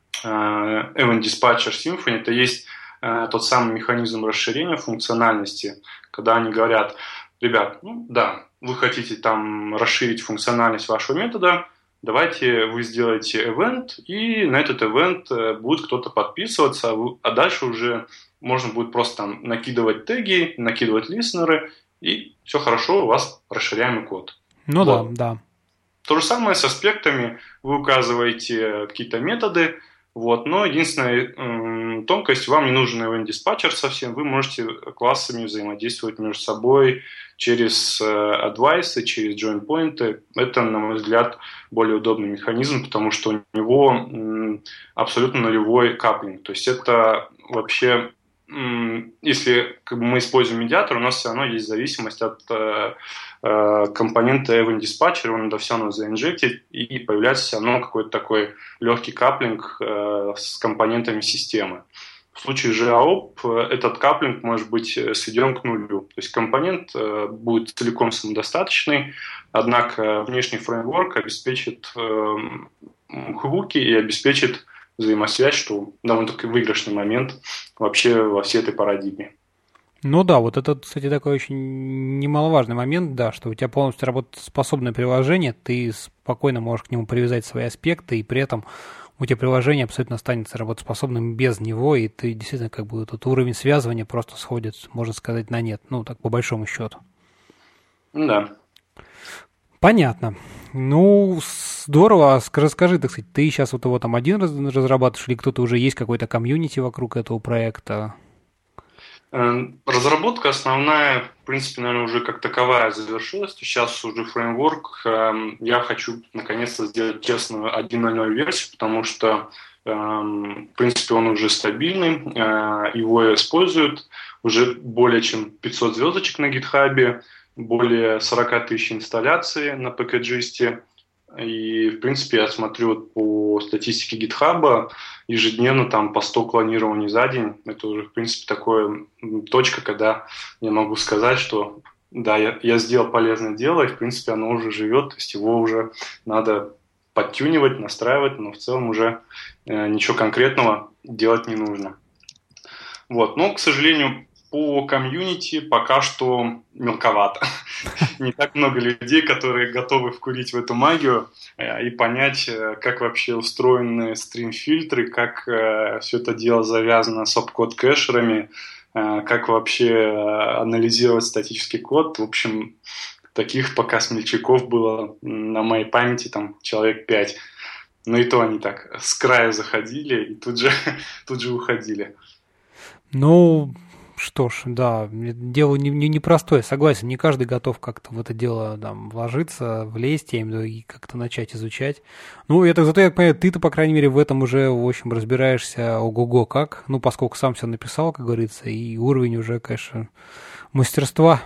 Speaker 2: Event Dispatcher Symfony – это есть тот самый механизм расширения функциональности, когда они говорят, ребят, ну да, вы хотите там расширить функциональность вашего метода, давайте вы сделаете ивент, и на этот ивент будет кто-то подписываться, а дальше уже можно будет просто там накидывать теги, накидывать листенеры, и все хорошо, у вас расширяемый код.
Speaker 1: Ну
Speaker 2: вот.
Speaker 1: да, да.
Speaker 2: То же самое с аспектами, вы указываете какие-то методы, вот, но единственная м, тонкость, вам не нужен event-диспатчер совсем, вы можете классами взаимодействовать между собой через э, адвайсы, через join point. Это, на мой взгляд, более удобный механизм, потому что у него м, абсолютно нулевой каплинг. То есть это вообще, м, если как бы, мы используем медиатор, у нас все равно есть зависимость от э, э, компонента event-диспатчера, он надо все равно заинжектить, и появляется все равно какой-то такой легкий каплинг э, с компонентами системы. В случае же АОП этот каплинг может быть сведен к нулю. То есть компонент будет целиком самодостаточный, однако внешний фреймворк обеспечит хуки и обеспечит взаимосвязь, что довольно-таки выигрышный момент вообще во всей этой парадигме.
Speaker 1: Ну да, вот это, кстати, такой очень немаловажный момент, да, что у тебя полностью работоспособное приложение, ты спокойно можешь к нему привязать свои аспекты, и при этом у тебя приложение абсолютно останется работоспособным без него, и ты действительно как бы этот уровень связывания просто сходит, можно сказать, на нет, ну так по большому счету.
Speaker 2: Да.
Speaker 1: Понятно. Ну, здорово. Расскажи, так сказать, ты сейчас вот его там один разрабатываешь, или кто-то уже есть какой-то комьюнити вокруг этого проекта?
Speaker 2: Разработка основная, в принципе, наверное, уже как таковая завершилась. Сейчас уже фреймворк. Я хочу наконец-то сделать честную один ноль ноль версию, потому что, в принципе, он уже стабильный, его используют. Уже более чем пятьсот звездочек на GitHub, более сорок тысяч инсталляций на пэкэджисте. И, в принципе, я смотрю по статистике GitHub, ежедневно там по сто клонирований за день. Это уже, в принципе, такая точка, когда я могу сказать, что да, я, я сделал полезное дело, и, в принципе, оно уже живет, то есть его уже надо подтюнивать, настраивать, но в целом уже э, ничего конкретного делать не нужно. Вот. Но, к сожалению, по комьюнити пока что мелковато. Не так много людей, которые готовы вкурить в эту магию и понять, как вообще устроены стрим-фильтры, как все это дело завязано с оп-код-кэшерами, как вообще анализировать статический код. В общем, таких пока смельчаков было на моей памяти там человек пять. Но и то они так с края заходили и тут же, тут же уходили.
Speaker 1: Ну... Что ж, да, дело непростое, не, не простое, согласен, не каждый готов как-то в это дело там, вложиться, влезть, я имею в виду, и как-то начать изучать. Ну, это зато, я понимаю, ты-то, по крайней мере, в этом уже, в общем, разбираешься ого-го как, ну, поскольку сам все написал, как говорится, и уровень уже, конечно, мастерства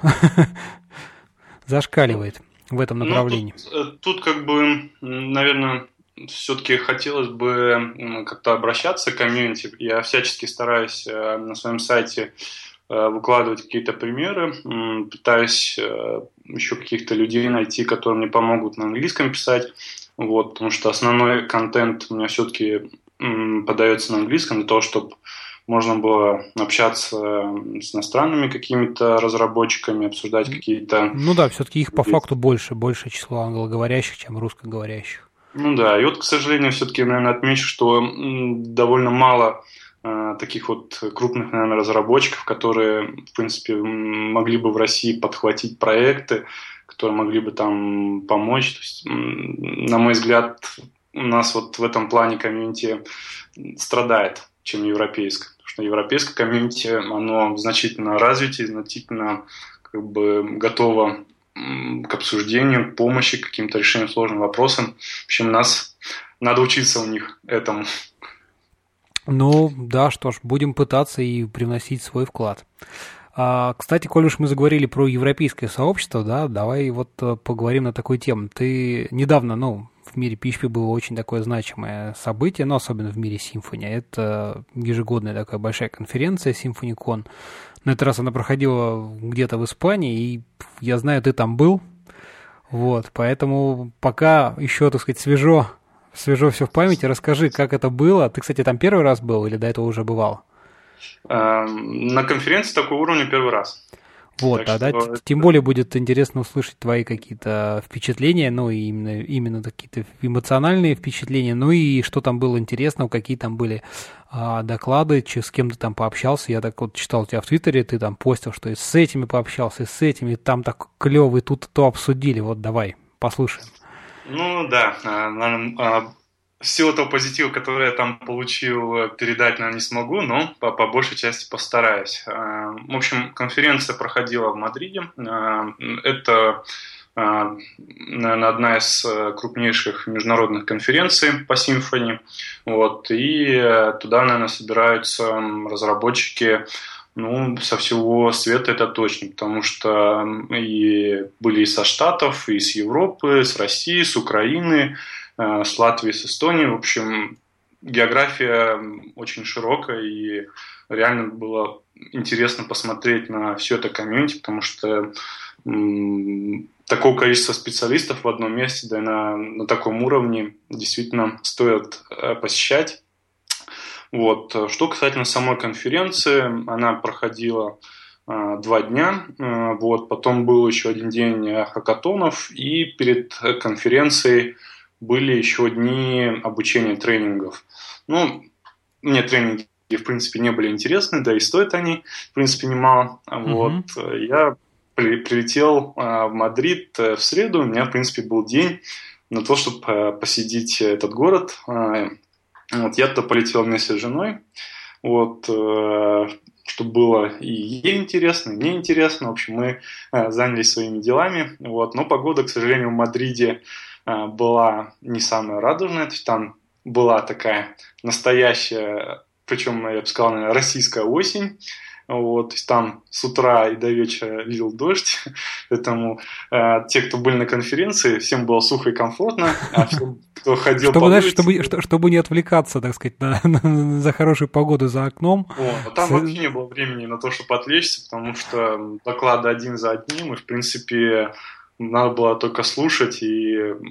Speaker 1: зашкаливает в этом направлении.
Speaker 2: Ну, тут, тут, как бы, наверное... Все-таки хотелось бы как-то обращаться к комьюнити. Я всячески стараюсь на своем сайте выкладывать какие-то примеры, пытаюсь еще каких-то людей найти, которые мне помогут на английском писать, вот, потому что основной контент у меня все-таки подается на английском для того, чтобы можно было общаться с иностранными какими-то разработчиками, обсуждать какие-то...
Speaker 1: Ну да, все-таки их по факту больше, больше число англоговорящих, чем русскоговорящих.
Speaker 2: Ну да, и вот, к сожалению, все-таки, наверное, отмечу, что довольно мало э, таких вот крупных, наверное, разработчиков, которые, в принципе, могли бы в России подхватить проекты, которые могли бы там помочь. То есть, на мой взгляд, у нас вот в этом плане комьюнити страдает, чем европейское. Потому что европейское комьюнити, оно значительно развитее, значительно как бы готово к обсуждению, к помощи, к каким-то решениям сложным вопросам. В общем, нас надо учиться у них этому.
Speaker 1: Ну, да, что ж, будем пытаться и привносить свой вклад. А, кстати, коль уж мы заговорили про европейское сообщество, да, давай вот поговорим на такую тему. Ты недавно, ну, в мире пи эйч пи было очень такое значимое событие, но особенно в мире Symfony. Это ежегодная такая большая конференция SymfonyCon. На этот раз она проходила где-то в Испании, и я знаю, ты там был. Вот, поэтому пока еще, так сказать, свежо, свежо все в памяти. Расскажи, как это было. Ты, кстати, там первый раз был или до этого уже бывал?
Speaker 2: На конференции такого уровня первый раз.
Speaker 1: Вот, так тогда что... тем более будет интересно услышать твои какие-то впечатления, ну, и именно, именно какие-то эмоциональные впечатления, ну, и что там было интересного, какие там были а, доклады, че, с кем ты там пообщался. Я так вот читал у тебя в Твиттере, ты там постил, что и с этими пообщался, и с этими, и там так клево, и тут то обсудили. Вот давай, послушаем.
Speaker 2: Ну, да, наверное, всего того позитива, который я там получил, передать, наверное, не смогу, но по, по большей части постараюсь. В общем, конференция проходила в Мадриде. Это, наверное, одна из крупнейших международных конференций по симфонии. Вот, и туда, наверное, собираются разработчики, ну, со всего света, это точно, потому что и были и со Штатов, и с Европы, с России, с Украины, с Латвии, с Эстонии. В общем, география очень широкая, и реально было интересно посмотреть на все это комьюнити, потому что м- такого количества специалистов в одном месте, да и на, на таком уровне действительно стоит э, посещать. Вот. Что касательно самой конференции, она проходила э, два дня, э, вот. Потом был еще один день хакатонов, и перед конференцией были еще дни обучения тренингов. Ну, мне тренинги, в принципе, не были интересны, да и стоят они, в принципе, немало. Mm-hmm. Вот. Я при, прилетел в Мадрид в среду, у меня, в принципе, был день на то, чтобы посетить этот город. Вот. Я туда полетел вместе с женой, вот, чтобы было и ей интересно, и мне интересно. В общем, мы занялись своими делами. Вот. Но погода, к сожалению, в Мадриде была не самая радужная, то есть там была такая настоящая, причем, я бы сказал, наверное, российская осень, вот, то есть там с утра и до вечера лил дождь, поэтому э, те, кто были на конференции, всем было сухо и комфортно, а все, кто ходил
Speaker 1: чтобы,
Speaker 2: по
Speaker 1: знаешь,
Speaker 2: улице...
Speaker 1: Чтобы, что, чтобы не отвлекаться, так сказать, на, на, за хорошую погоду за окном.
Speaker 2: О, там с... вообще не было времени на то, чтобы отвлечься, потому что доклады один за одним, и, в принципе... Надо было только слушать и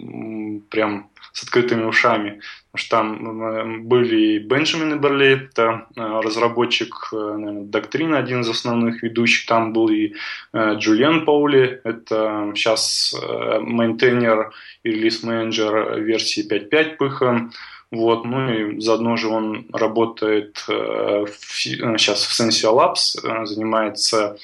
Speaker 2: м, прям с открытыми ушами. Потому что там были и Бенджамин Эберли, это разработчик, наверное, доктрины, один из основных ведущих. Там был и Джулиан Паули, это сейчас мейнтейнер и релиз-менеджер версии пять пять Python. Вот, ну и заодно же он работает э, в, сейчас в Sensio Labs, э, занимается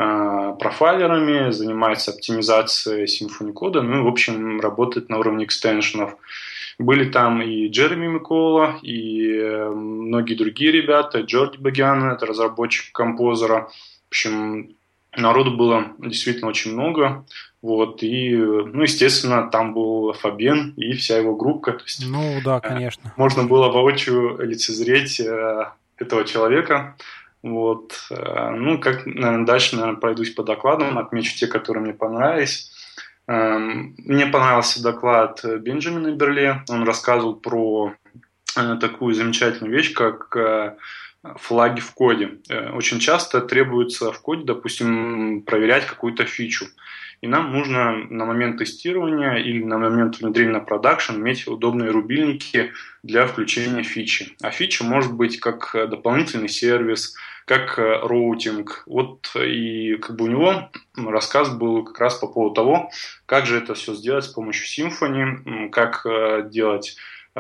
Speaker 2: э, профайлерами, занимается оптимизацией Symfony кода, ну и, в общем, работает на уровне экстеншенов. Были там и Джереми Микола, и э, многие другие ребята, Джорди Багиан, это разработчик композера. В общем, народу было действительно очень много. Вот, и, ну, естественно, там был Фабен и вся его группа. То есть,
Speaker 1: ну, да, конечно.
Speaker 2: Можно было воочию лицезреть э, этого человека. Вот. Ну, как, наверное, дальше, наверное, пройдусь по докладам, отмечу те, которые мне понравились. Э, мне понравился доклад Бенджамина Эберли. Он рассказывал про э, такую замечательную вещь, как... Э, флаги в коде. Очень часто требуется в коде, допустим, проверять какую-то фичу. И нам нужно на момент тестирования или на момент внедрения на продакшн иметь удобные рубильники для включения фичи. А фича может быть как дополнительный сервис, как роутинг. Вот и как бы у него рассказ был как раз по поводу того, как же это все сделать с помощью Symfony, как делать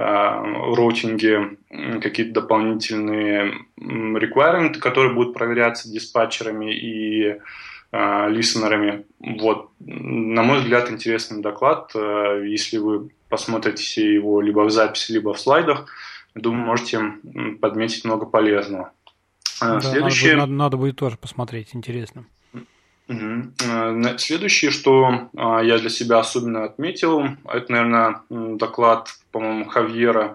Speaker 2: роутинге какие-то дополнительные requirements, которые будут проверяться диспатчерами и э, листенерами. Вот. На мой взгляд, интересный доклад. Если вы посмотрите его либо в записи, либо в слайдах, думаю, можете подметить много полезного.
Speaker 1: Да, Следующее... надо, будет, надо будет тоже посмотреть, интересно.
Speaker 2: Угу. Следующее, что я для себя особенно отметил, это, наверное, доклад, по-моему, Хавьера,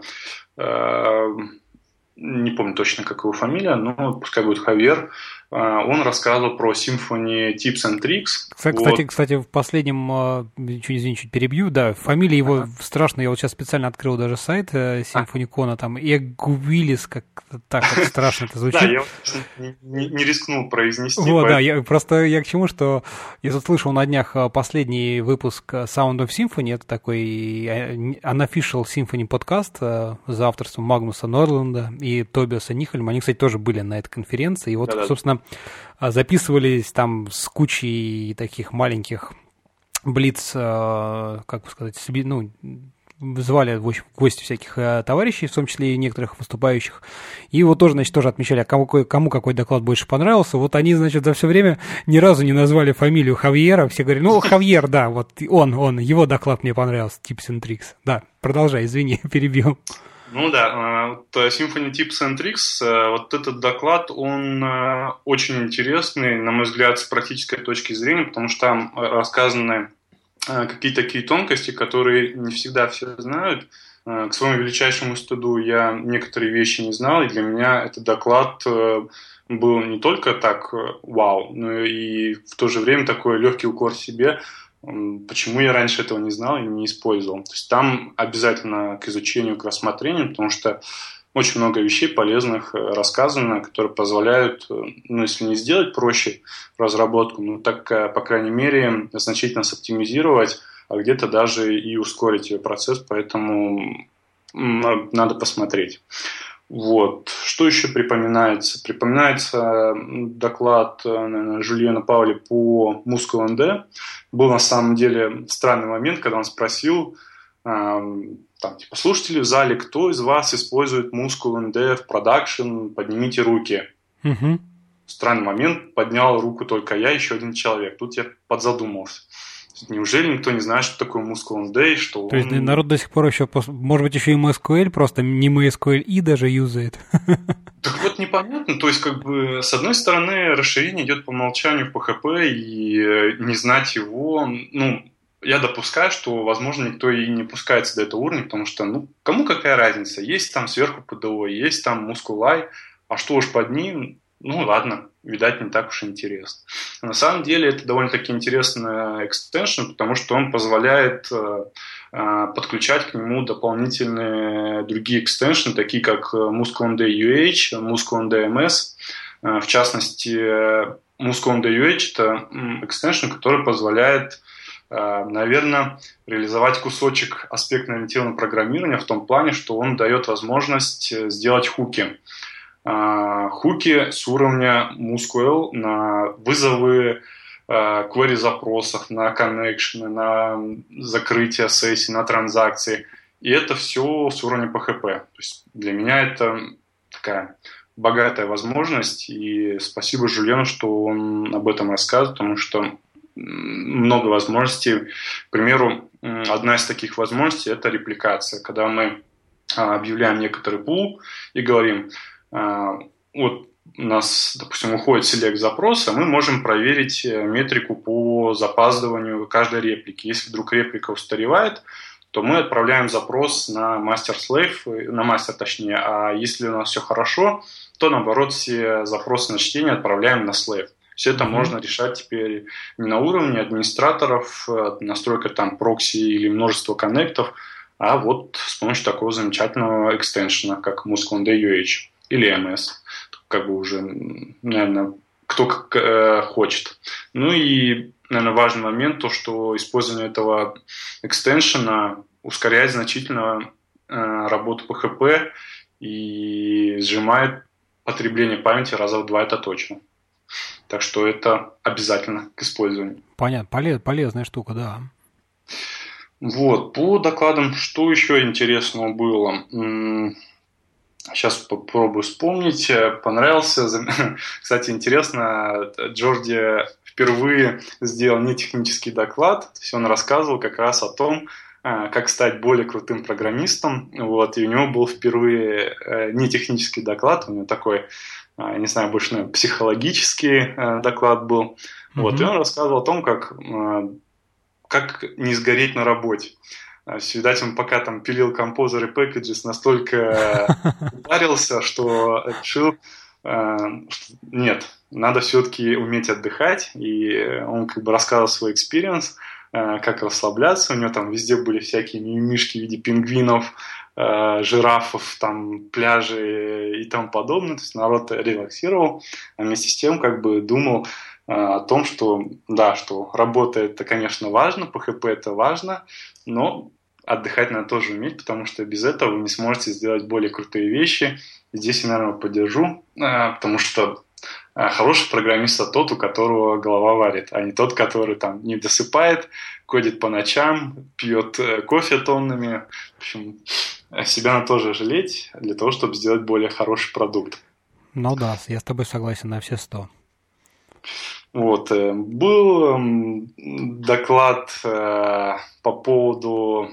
Speaker 2: не помню точно, как его фамилия, но пускай будет Хавьер. Он рассказывал про Symfony Tips and Tricks.
Speaker 1: Кстати, вот. кстати, в последнем, чуть, извини, чуть перебью, да, фамилия его ага. страшная, я вот сейчас специально открыл даже сайт Symfony.Con, там Эгуилис, как так вот страшно это звучит.
Speaker 2: Да, я не, не рискнул произнести.
Speaker 1: Вот, да, я, просто я к чему, что я тут слышал на днях последний выпуск Sound of Symfony, это такой unofficial Symfony подкаст за авторством Магнуса Норланда и Тобиаса Нихельма, они, кстати, тоже были на этой конференции, и вот, да, собственно, записывались там с кучей таких маленьких блиц, как бы сказать, ну, звали в гости всяких товарищей, в том числе и некоторых выступающих, и вот тоже, значит, тоже отмечали, а кому, кому какой доклад больше понравился. Вот они, значит, за все время ни разу не назвали фамилию Хавьера, все говорили, ну, Хавьер, да, вот он, он, его доклад мне понравился, Tips and Tricks. Да, продолжай, извини, перебил.
Speaker 2: Ну да, Symfony Tips and Tricks, вот этот доклад, он очень интересный, на мой взгляд, с практической точки зрения, потому что там рассказаны какие-то такие тонкости, которые не всегда все знают. К своему величайшему стыду я некоторые вещи не знал, и для меня этот доклад был не только так вау, но и в то же время такой легкий укор себе, почему я раньше этого не знал и не использовал. То есть там обязательно к изучению, к рассмотрению, потому что очень много вещей полезных рассказано, которые позволяют, ну, если не сделать проще разработку, ну, так, по крайней мере, значительно соптимизировать, а где-то даже и ускорить ее процесс, поэтому надо посмотреть. Вот. Что еще припоминается? Припоминается доклад, наверное, Жюльена Паули по Muscle.эн.ди. Был на самом деле странный момент, когда он спросил, там, типа, слушатели в зале, кто из вас использует Muscle.эн.ди в продакшн, поднимите руки.
Speaker 1: Угу.
Speaker 2: Странный момент, поднял руку только я, еще один человек. Тут я подзадумался. Неужели никто не знает, что такое Muscle.эн.ди, что
Speaker 1: То
Speaker 2: он...
Speaker 1: есть народ до сих пор еще, может быть, еще и эм эс кью эль, просто не эм эс кью эль и даже юзает.
Speaker 2: Так вот непонятно, то есть как бы с одной стороны расширение идет по умолчанию в пи эйч пи, и не знать его, ну, я допускаю, что, возможно, никто и не пускается до этого уровня, потому что, ну, кому какая разница, есть там сверху пи ди о, есть там Muscle.ай, а что уж под ним, ну, ладно, видать, не так уж и интересно. Но на самом деле это довольно-таки интересный экстеншн, потому что он позволяет э, э, подключать к нему дополнительные другие экстеншны, такие как Muscle.эн.ди ю эйч, Muscle.эн.ди эм эс. Э, в частности, Muscle.эн.ди ю эйч – это экстеншн, который позволяет, э, наверное, реализовать кусочек аспектно-ориентированного программирования в том плане, что он дает возможность сделать хуки. Хуки с уровня MuseQL на вызовы query запросов, на коннекшены, на закрытие сессий, на транзакции. И это все с уровня пи эйч пи. То есть для меня это такая богатая возможность. И спасибо Жюлену, что он об этом рассказывает, потому что много возможностей. К примеру, одна из таких возможностей – это репликация. Когда мы объявляем некоторый пул и говорим, вот у нас, допустим, уходит селект запроса, мы можем проверить метрику по запаздыванию каждой реплики. Если вдруг реплика устаревает, то мы отправляем запрос на мастер-слейв, на мастер точнее, а если у нас все хорошо, то наоборот все запросы на чтение отправляем на слейв. Все это mm-hmm. можно решать теперь не на уровне администраторов, настройка там прокси или множество коннектов, а вот с помощью такого замечательного экстеншена, как Muscle.эн.ди ю эйч. Или эм эс, как бы уже, наверное, кто как э, хочет. Ну и, наверное, важный момент, то, что использование этого экстеншена ускоряет значительно э, работу пи эйч пи и сжимает потребление памяти раза в два, это точно. Так что это обязательно к использованию.
Speaker 1: Понятно, полез, полезная штука, да.
Speaker 2: Вот, по докладам, что еще интересного было? Сейчас попробую вспомнить. Понравился. Кстати, интересно, Джорди впервые сделал нетехнический доклад. То есть он рассказывал как раз о том, как стать более крутым программистом. Вот, и у него был впервые нетехнический доклад. У него такой, не знаю, больше, наверное, психологический доклад был. Mm-hmm. Вот, и он рассказывал о том, как, как не сгореть на работе. Видать, он пока там пилил композеры, packages, настолько ударился, что решил, что нет, надо все-таки уметь отдыхать. И он как бы рассказал свой экспириенс, как расслабляться. У него там везде были всякие мимишки в виде пингвинов, жирафов, там пляжи и тому подобное. То есть народ релаксировал, а вместе с тем как бы думал о том, что да, что работа это, конечно, важно, пи эйч пи это важно, но отдыхать надо тоже уметь, потому что без этого вы не сможете сделать более крутые вещи. Здесь я, наверное, поддержу, потому что хороший программист это тот, у которого голова варит, а не тот, который там не досыпает, кодит по ночам, пьет кофе тоннами. В общем, себя надо тоже жалеть для того, чтобы сделать более хороший продукт.
Speaker 1: Ну да, я с тобой согласен на все сто.
Speaker 2: Вот, был доклад по поводу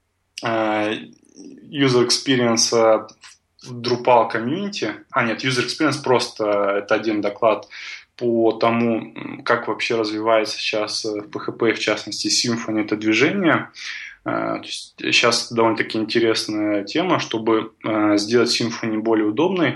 Speaker 2: user experience в Drupal community. А, нет, user experience просто это один доклад по тому, как вообще развивается сейчас в пи эйч пи, в частности, Symfony, это движение. То есть сейчас довольно-таки интересная тема, чтобы сделать Symfony более удобной.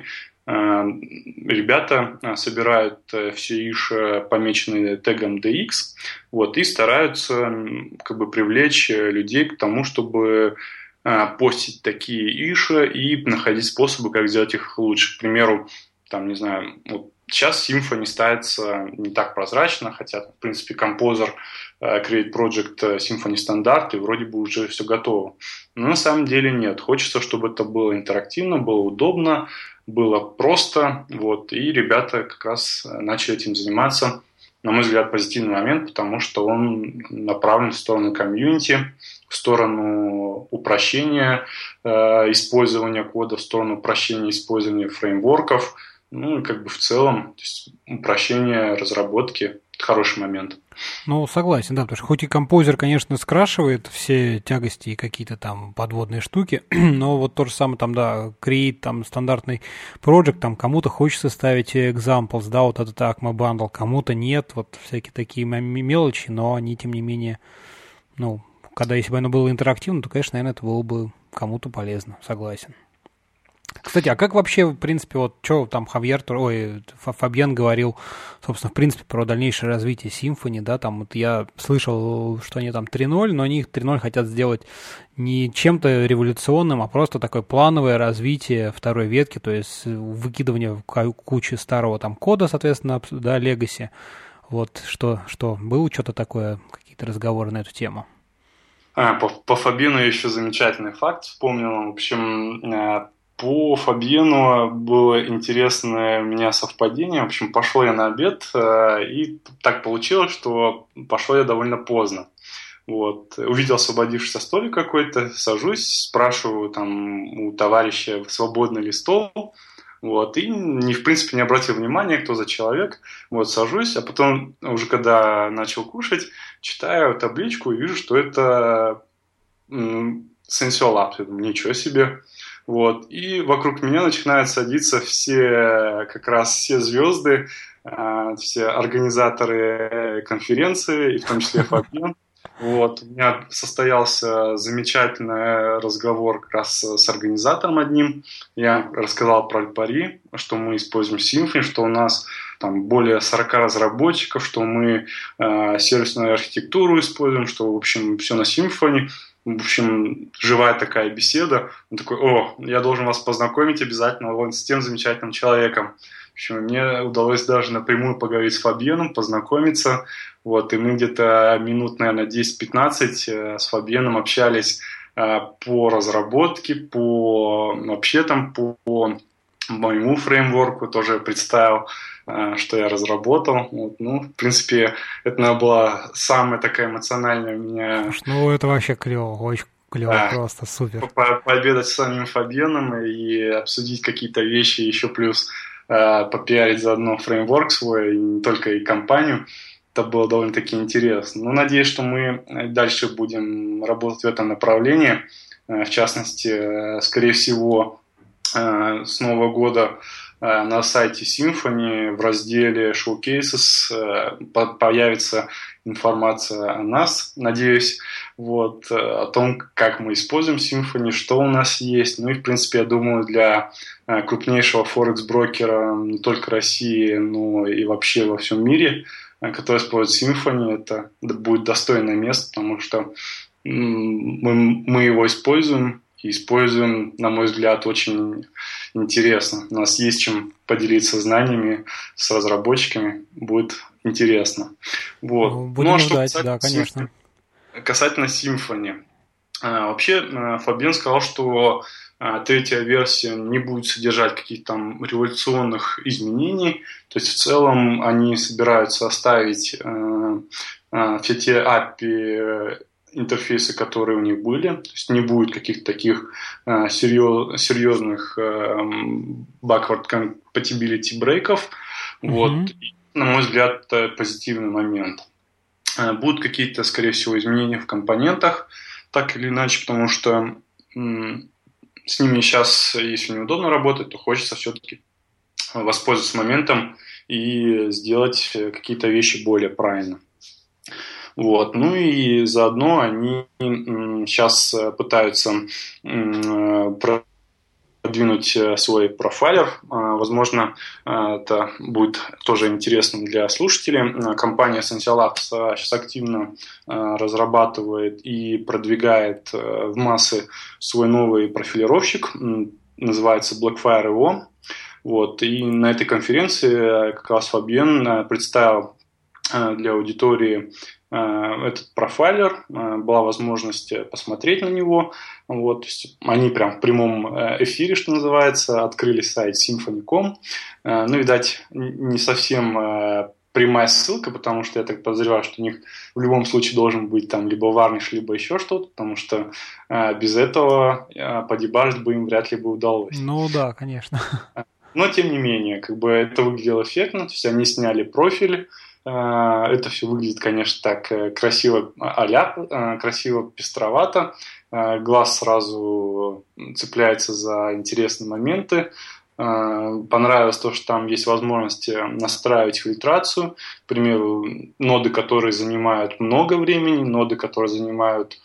Speaker 2: Ребята собирают все иши, помеченные тегом ди икс, вот, и стараются как бы привлечь людей к тому, чтобы постить такие иши и находить способы, как сделать их лучше. К примеру, там, не знаю, вот сейчас Symfony ставится не так прозрачно, хотя, в принципе, Composer, Create Project, Symfony стандарт, и вроде бы уже все готово. Но на самом деле нет. Хочется, чтобы это было интерактивно, было удобно, было просто, вот, и ребята как раз начали этим заниматься. На мой взгляд, позитивный момент, потому что он направлен в сторону комьюнити, в сторону упрощения э, использования кода, в сторону упрощения использования фреймворков, ну и как бы в целом, то есть упрощение разработки – хороший момент.
Speaker 1: Ну, согласен, да, потому что хоть и композер, конечно, скрашивает все тягости и какие-то там подводные штуки, но вот то же самое там, да, create, там, стандартный project, там, кому-то хочется ставить examples, да, вот этот Acma Bundle, кому-то нет, вот всякие такие мелочи, но они, тем не менее, ну, когда если бы оно было интерактивно, то, конечно, наверное, это было бы кому-то полезно, согласен. Кстати, а как вообще, в принципе, вот что там Хавьер, ой, Фабьен говорил, собственно, в принципе, про дальнейшее развитие Symfony, да, там вот я слышал, что они там три ноль, но они три ноль хотят сделать не чем-то революционным, а просто такое плановое развитие второй ветки, то есть выкидывание в кучу старого там кода, соответственно, да, Legacy. Вот что, что было что-то такое, какие-то разговоры на эту тему?
Speaker 2: А, по, по Фабьену еще замечательный факт вспомнил. В общем, по Фабьену было интересное у меня совпадение. В общем, пошел я на обед, и так получилось, что пошел я довольно поздно. Вот. Увидел освободившийся столик какой-то, сажусь, спрашиваю там у товарища, свободный ли стол. Вот, и, не, в принципе, не обратил внимания, кто за человек. Вот, сажусь, а потом, уже когда начал кушать, читаю табличку и вижу, что это м, Sensual Labs. Я думаю, ничего себе. Вот, и вокруг меня начинают садиться все, как раз все звезды, все организаторы конференции, и в том числе Фабьен. Вот, у меня состоялся замечательный разговор как раз с организатором одним. Я рассказал про Альпари, что мы используем Symfony, что у нас там более сорок разработчиков, что мы э, сервисную архитектуру используем, что, в общем, все на Symfony. В общем, живая такая беседа. Он такой: о, я должен вас познакомить обязательно вот с тем замечательным человеком. В общем, мне удалось даже напрямую поговорить с Фабьеном, познакомиться. Вот, и мы где-то минут, наверное, десять-пятнадцать с Фабьеном общались по разработке, по вообще там по моему фреймворку, тоже представил, что я разработал. Вот, ну, в принципе, это, наверное, была самая такая эмоциональная у меня...
Speaker 1: Ну, это вообще клево, очень клево, да, просто супер.
Speaker 2: По- пообедать с самим Фабьеном и обсудить какие-то вещи, еще плюс э, попиарить заодно фреймворк свой, и не только и компанию. Это было довольно-таки интересно. Ну, надеюсь, что мы дальше будем работать в этом направлении. В частности, скорее всего, с Нового года на сайте Symfony в разделе Showcases появится информация о нас, надеюсь, вот, о том, как мы используем Symfony, что у нас есть. Ну и, в принципе, я думаю, для крупнейшего форекс-брокера не только России, но и вообще во всем мире, который использует Symfony, это будет достойное место, потому что мы, мы его используем, и используем, на мой взгляд, очень интересно. У нас есть чем поделиться знаниями с разработчиками, будет интересно. Вот.
Speaker 1: Ну, будем ну, а ждать, что да, конечно.
Speaker 2: Касательно Symfony. А, вообще, Фабьен сказал, что Третья версия не будет содержать каких-то там революционных изменений. То есть в целом они собираются оставить все те эй пи ай интерфейсы, которые у них были. То есть не будет каких-то таких серьез, серьезных backward compatibility брейков. Mm-hmm. Вот. И, на мой взгляд, это позитивный момент. Будут какие-то, скорее всего, изменения в компонентах, так или иначе, потому что м- с ними сейчас, если неудобно работать, то хочется все-таки воспользоваться моментом и сделать какие-то вещи более правильно. Вот. Ну и заодно они м- сейчас пытаются м- продвинуть свой профайлер. Возможно, это будет тоже интересно для слушателей. Компания Essential Labs сейчас активно разрабатывает и продвигает в массы свой новый профилировщик. Называется Blackfire точка ай о. Вот. И на этой конференции как раз Фабиен представил для аудитории этот профайлер, была возможность посмотреть на него. Вот, то есть они прям в прямом эфире, что называется, открыли сайт симфони точка ком. Ну, видать, не совсем прямая ссылка, потому что я так подозреваю, что у них в любом случае должен быть там либо варниш, либо еще что-то, потому что без этого подебажить бы им вряд ли бы удалось.
Speaker 1: Ну да, конечно.
Speaker 2: Но, тем не менее, как бы это выглядело эффектно, то есть они сняли профиль. Это все выглядит, конечно, так красиво а-ля, красиво пестровато. Глаз сразу цепляется за интересные моменты. Понравилось то, что там есть возможность настраивать фильтрацию. К примеру, ноды, которые занимают много времени, ноды, которые занимают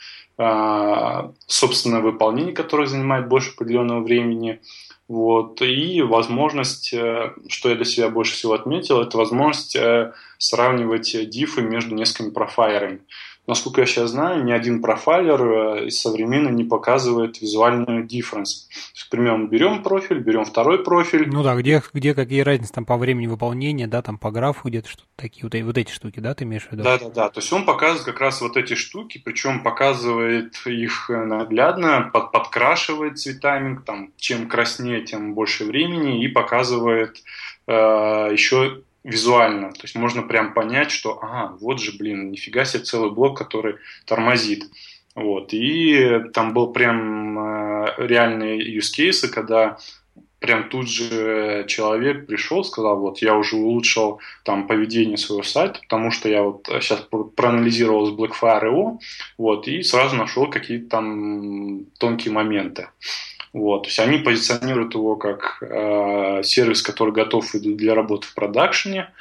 Speaker 2: собственное выполнение, которое занимает больше определенного времени. Вот. И возможность, что я для себя больше всего отметил, это возможность сравнивать диффы между несколькими профайлерами. Насколько я сейчас знаю, ни один профайлер из современных не показывает визуальную difference. К примеру, мы берем профиль, берем второй профиль.
Speaker 1: Ну да, где, где какие разницы там по времени выполнения, да, там по графу где-то что-то такие, вот, вот эти штуки, да, ты имеешь в виду?
Speaker 2: Да-да-да, то есть он показывает как раз вот эти штуки, причем показывает их наглядно, под, подкрашивает цветами, там, чем краснее, тем больше времени, и показывает э, еще визуально, то есть можно прям понять, что, ага, вот же, блин, нифига себе целый блок, который тормозит. Вот. И там был прям э, реальные use cases, когда прям тут же человек пришел, сказал, вот я уже улучшил там поведение своего сайта, потому что я вот сейчас проанализировал с Blackfire точка ай о, вот, и сразу нашел какие-то там тонкие моменты. Вот, то есть они позиционируют его как э, сервис, который готов для работы в продакшене.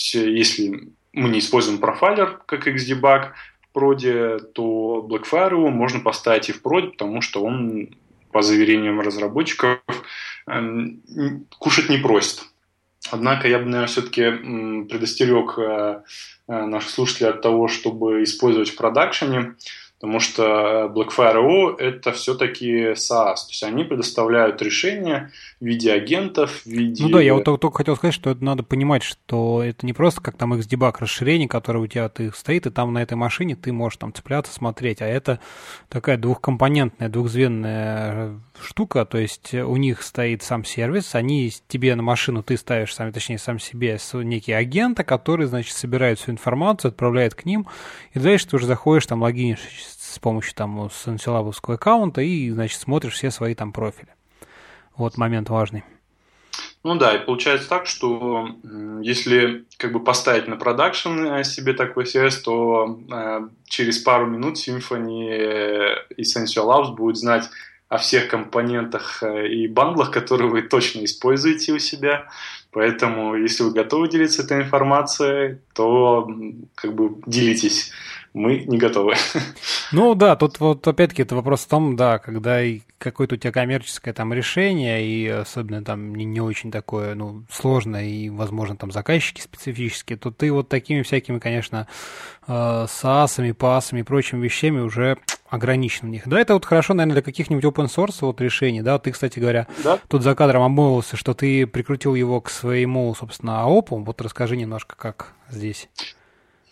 Speaker 2: Если мы не используем профайлер как Xdebug в проде, то Blackfire точка ай о можно поставить и в проде, потому что он, по заверениям разработчиков, э, кушать не просит. Однако я бы, наверное, все-таки э, предостерег э, наших слушателей от того, чтобы использовать в продакшене, потому что Blackfire точка ай о это все-таки SaaS, то есть они предоставляют решения в виде агентов, в виде...
Speaker 1: Ну да, я вот только, только хотел сказать, что это надо понимать, что это не просто как там Xdebug расширение, которое у тебя ты стоит, и там на этой машине ты можешь там цепляться, смотреть, а это такая двухкомпонентная, двухзвенная штука, то есть у них стоит сам сервис, они тебе на машину, ты ставишь сам, точнее сам себе некие агенты, которые, значит, собирают всю информацию, отправляют к ним, и дальше ты уже заходишь, там логинишь с помощью там Essential аккаунта и, значит, смотришь все свои там профили. Вот момент важный.
Speaker 2: Ну да, и получается так, что если как бы поставить на продакшн себе такой сервис, то э, через пару минут Symfony и Essential Labs будет знать о всех компонентах и бандлах, которые вы точно используете у себя. Поэтому, если вы готовы делиться этой информацией, то как бы делитесь. Мы не готовы.
Speaker 1: Ну да, тут вот опять-таки это вопрос в том, да, когда и какое-то у тебя коммерческое там решение, и особенно там не, не очень такое, ну, сложное, и, возможно, там заказчики специфические, то ты вот такими всякими, конечно, SaaS-ами, пасами и прочими вещами уже ограничен в них. Да, это вот хорошо, наверное, для каких-нибудь open source вот решений, да, ты, кстати говоря, да? Тут за кадром обмолвился, что ты прикрутил его к своему, собственно, ООПу, вот расскажи немножко, как здесь.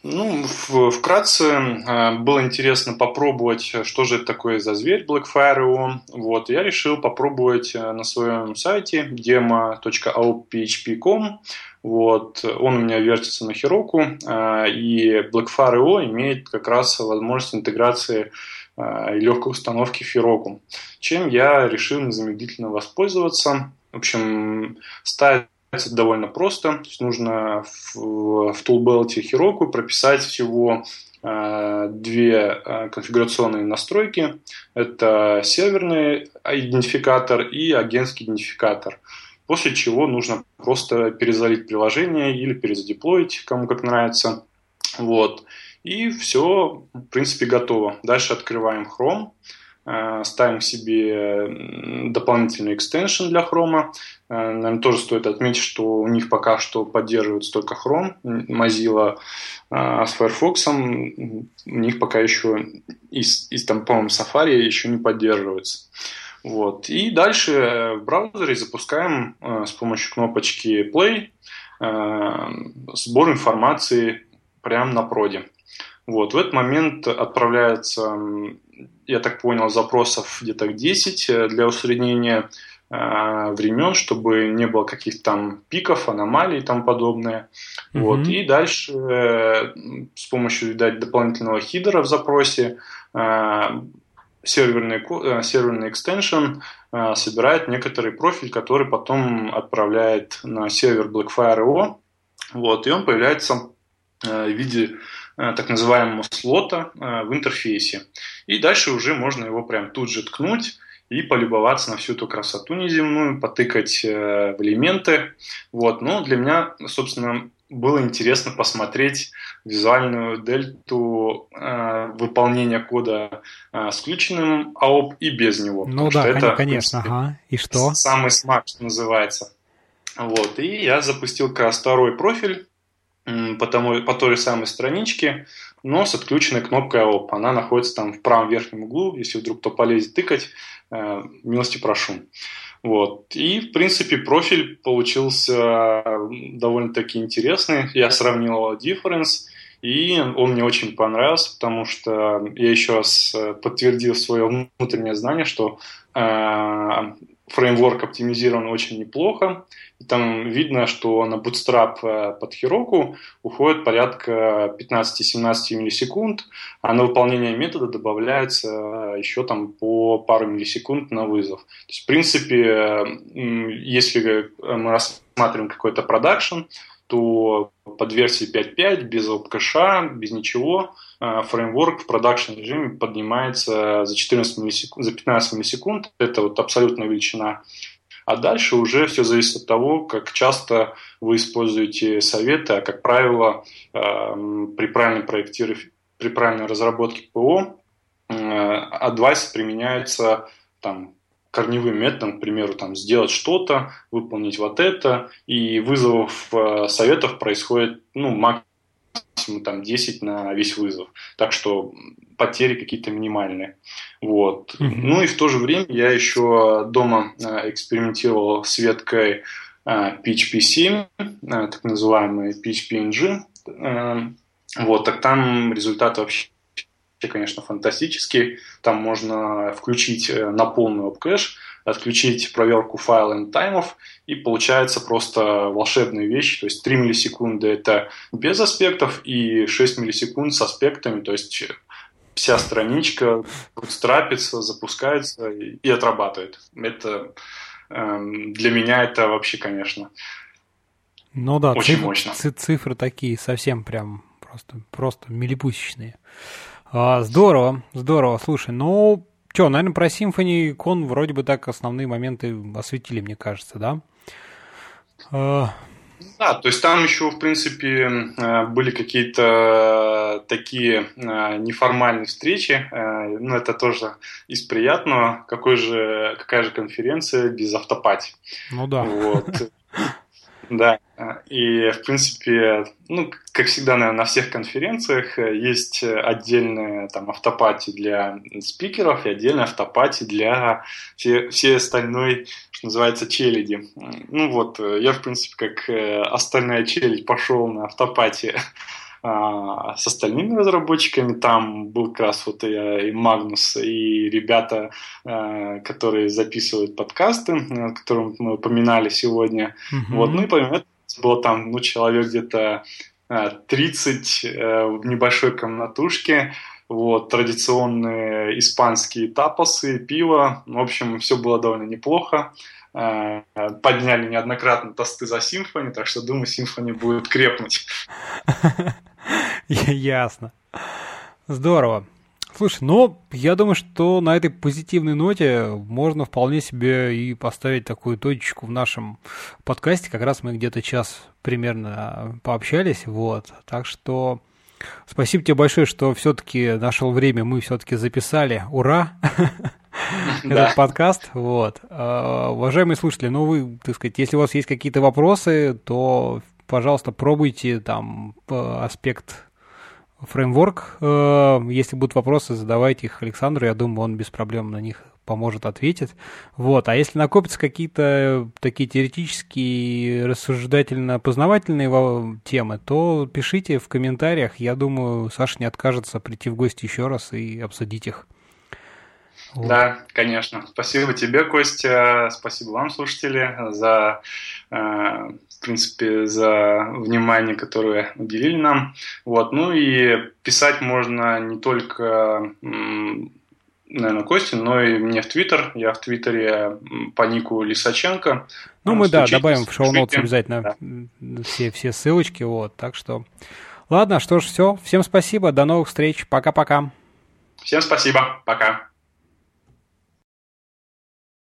Speaker 2: Ну, в- вкратце, э, было интересно попробовать, э, что же это такое за зверь Blackfire точка io. Вот, я решил попробовать э, на своем сайте demo точка aop точка p h p точка com. Вот, он у меня вертится на Heroku, э, и Blackfire точка io имеет как раз возможность интеграции э, и легкой установки в Heroku, чем я решил незамедлительно воспользоваться. В общем, ставить это довольно просто. То есть нужно в, в Toolbelt Heroku прописать всего э, две э, конфигурационные настройки. Это серверный идентификатор и агентский идентификатор. После чего нужно просто перезалить приложение или перезадеплоить, кому как нравится. Вот. И все, в принципе, готово. Дальше открываем Chrome. Ставим себе дополнительный экстеншн для Chrome. Наверное, тоже стоит отметить, что у них пока что поддерживается только Chrome. Mozilla с Firefox у них пока еще из, из там, по-моему, Safari еще не поддерживается. Вот. И дальше в браузере запускаем с помощью кнопочки Play сбор информации прямо на проде. Вот. В этот момент отправляется, я так понял, запросов где-то десять для усреднения э, времен, чтобы не было каких-то там пиков, аномалий и тому подобное. Mm-hmm. Вот. И дальше э, с помощью, видать, дополнительного хидера в запросе э, серверный, э, серверный экстеншн э, собирает некоторый профиль, который потом отправляет на сервер Blackfire точка io. Вот. И он появляется э, в виде так называемого слота в интерфейсе. И дальше уже можно его прям тут же ткнуть и полюбоваться на всю эту красоту неземную, потыкать в элементы. Вот. Но для меня, собственно, было интересно посмотреть визуальную дельту э, выполнения кода э, с включенным эй о пи и без него.
Speaker 1: Ну да,
Speaker 2: что это,
Speaker 1: конечно.
Speaker 2: принципе,
Speaker 1: ага. И что?
Speaker 2: Самый смак, что называется. Вот. И я запустил как раз второй профиль, По, тому, по той же самой страничке, но с отключенной кнопкой эй о пи. Она находится там в правом верхнем углу. Если вдруг кто полезет тыкать, э, милости прошу. Вот. И, в принципе, профиль получился довольно-таки интересный. Я сравнил его difference, и он мне очень понравился, потому что я еще раз подтвердил свое внутреннее знание, что э, фреймворк оптимизирован очень неплохо. И там видно, что на Bootstrap под Heroku уходит порядка пятнадцать-семнадцать миллисекунд, а на выполнение метода добавляется еще там по пару миллисекунд на вызов. То есть, в принципе, если мы рассматриваем какой-то продакшн, то под версией пять точка пять, без опт-кэша, без ничего, фреймворк в продакшн режиме поднимается за, четырнадцать миллисекунд, за пятнадцать миллисекунд. Это вот абсолютная величина. А дальше уже все зависит от того, как часто вы используете советы, а как правило, при правильной проектировании, при правильной разработке ПО advice применяется там, корневым методом, к примеру, там, сделать что-то, выполнить вот это, и вызовов советов происходит ну, максимум там, десять на весь вызов. Так что потери какие-то минимальные. Вот. Mm-hmm. Ну и в то же время я еще дома экспериментировал с веткой пи эйч пи семь, так называемый пи эйч пи эн джи. Вот, так там результат вообще, конечно, фантастический. Там можно включить на полный опт-кэш, отключить проверку файл and таймов, и получается просто волшебная вещь. То есть три миллисекунды это без аспектов и шесть миллисекунд с аспектами. То есть вся страничка бутстрапится, запускается и, и отрабатывает. Это эм, для меня это вообще, конечно,
Speaker 1: ну да,
Speaker 2: очень
Speaker 1: цифры,
Speaker 2: мощно.
Speaker 1: Цифры такие совсем прям просто, просто милипусечные. А, здорово, здорово. Слушай, ну, что, наверное, про Symfony Con вроде бы так основные моменты осветили, мне кажется, да? А...
Speaker 2: Да, то есть там еще, в принципе, были какие-то такие неформальные встречи. Ну, это тоже из приятного. Какой же, какая же конференция без автопати?
Speaker 1: Ну да.
Speaker 2: Вот. Да, и, в принципе, ну, как всегда, наверное, на всех конференциях есть отдельная там автопати для спикеров и отдельная автопати для все, всей остальной, что называется, челяди. Ну вот, я, в принципе, как остальная челядь пошел на автопати а, с остальными разработчиками. Там был как раз вот и, и Магнус, и ребята, а, которые записывают подкасты, о которых мы упоминали сегодня. Mm-hmm. Вот, ну и помимо этого было там ну, человек где-то тридцать а, в небольшой комнатушке. Вот, традиционные испанские тапосы, пиво. В общем, все было довольно неплохо. Подняли неоднократно тосты за Symfony, так что, думаю, Symfony будет крепнуть.
Speaker 1: Ясно. Здорово. Слушай, ну, я думаю, что на этой позитивной ноте можно вполне себе и поставить такую точечку в нашем подкасте. Как раз мы где-то час примерно пообщались, вот. Так что спасибо тебе большое, что все-таки нашел время, мы все-таки записали. Ура! Этот подкаст. Вот. Уважаемые слушатели, ну вы, так сказать, если у вас есть какие-то вопросы, то, пожалуйста, пробуйте там аспект фреймворк. Если будут вопросы, задавайте их Александру, я думаю, он без проблем на них поможет ответить. Вот. А если накопятся какие-то такие теоретические, рассуждательно-познавательные темы, то пишите в комментариях. Я думаю, Саша не откажется прийти в гости еще раз и обсудить их.
Speaker 2: Вот. Да, конечно. Спасибо тебе, Костя. Спасибо вам, слушатели, за, в принципе, за внимание, которое уделили нам. Вот. Ну и писать можно не только, наверное, Косте, но и мне в Твиттер. Я в Твиттере по нику Лисаченко.
Speaker 1: Ну, мы, да, добавим в шоу-ноутс обязательно да. все, все ссылочки. Вот. Так что, ладно, что ж, все. Всем спасибо. До новых встреч. Пока-пока.
Speaker 2: Всем спасибо. Пока.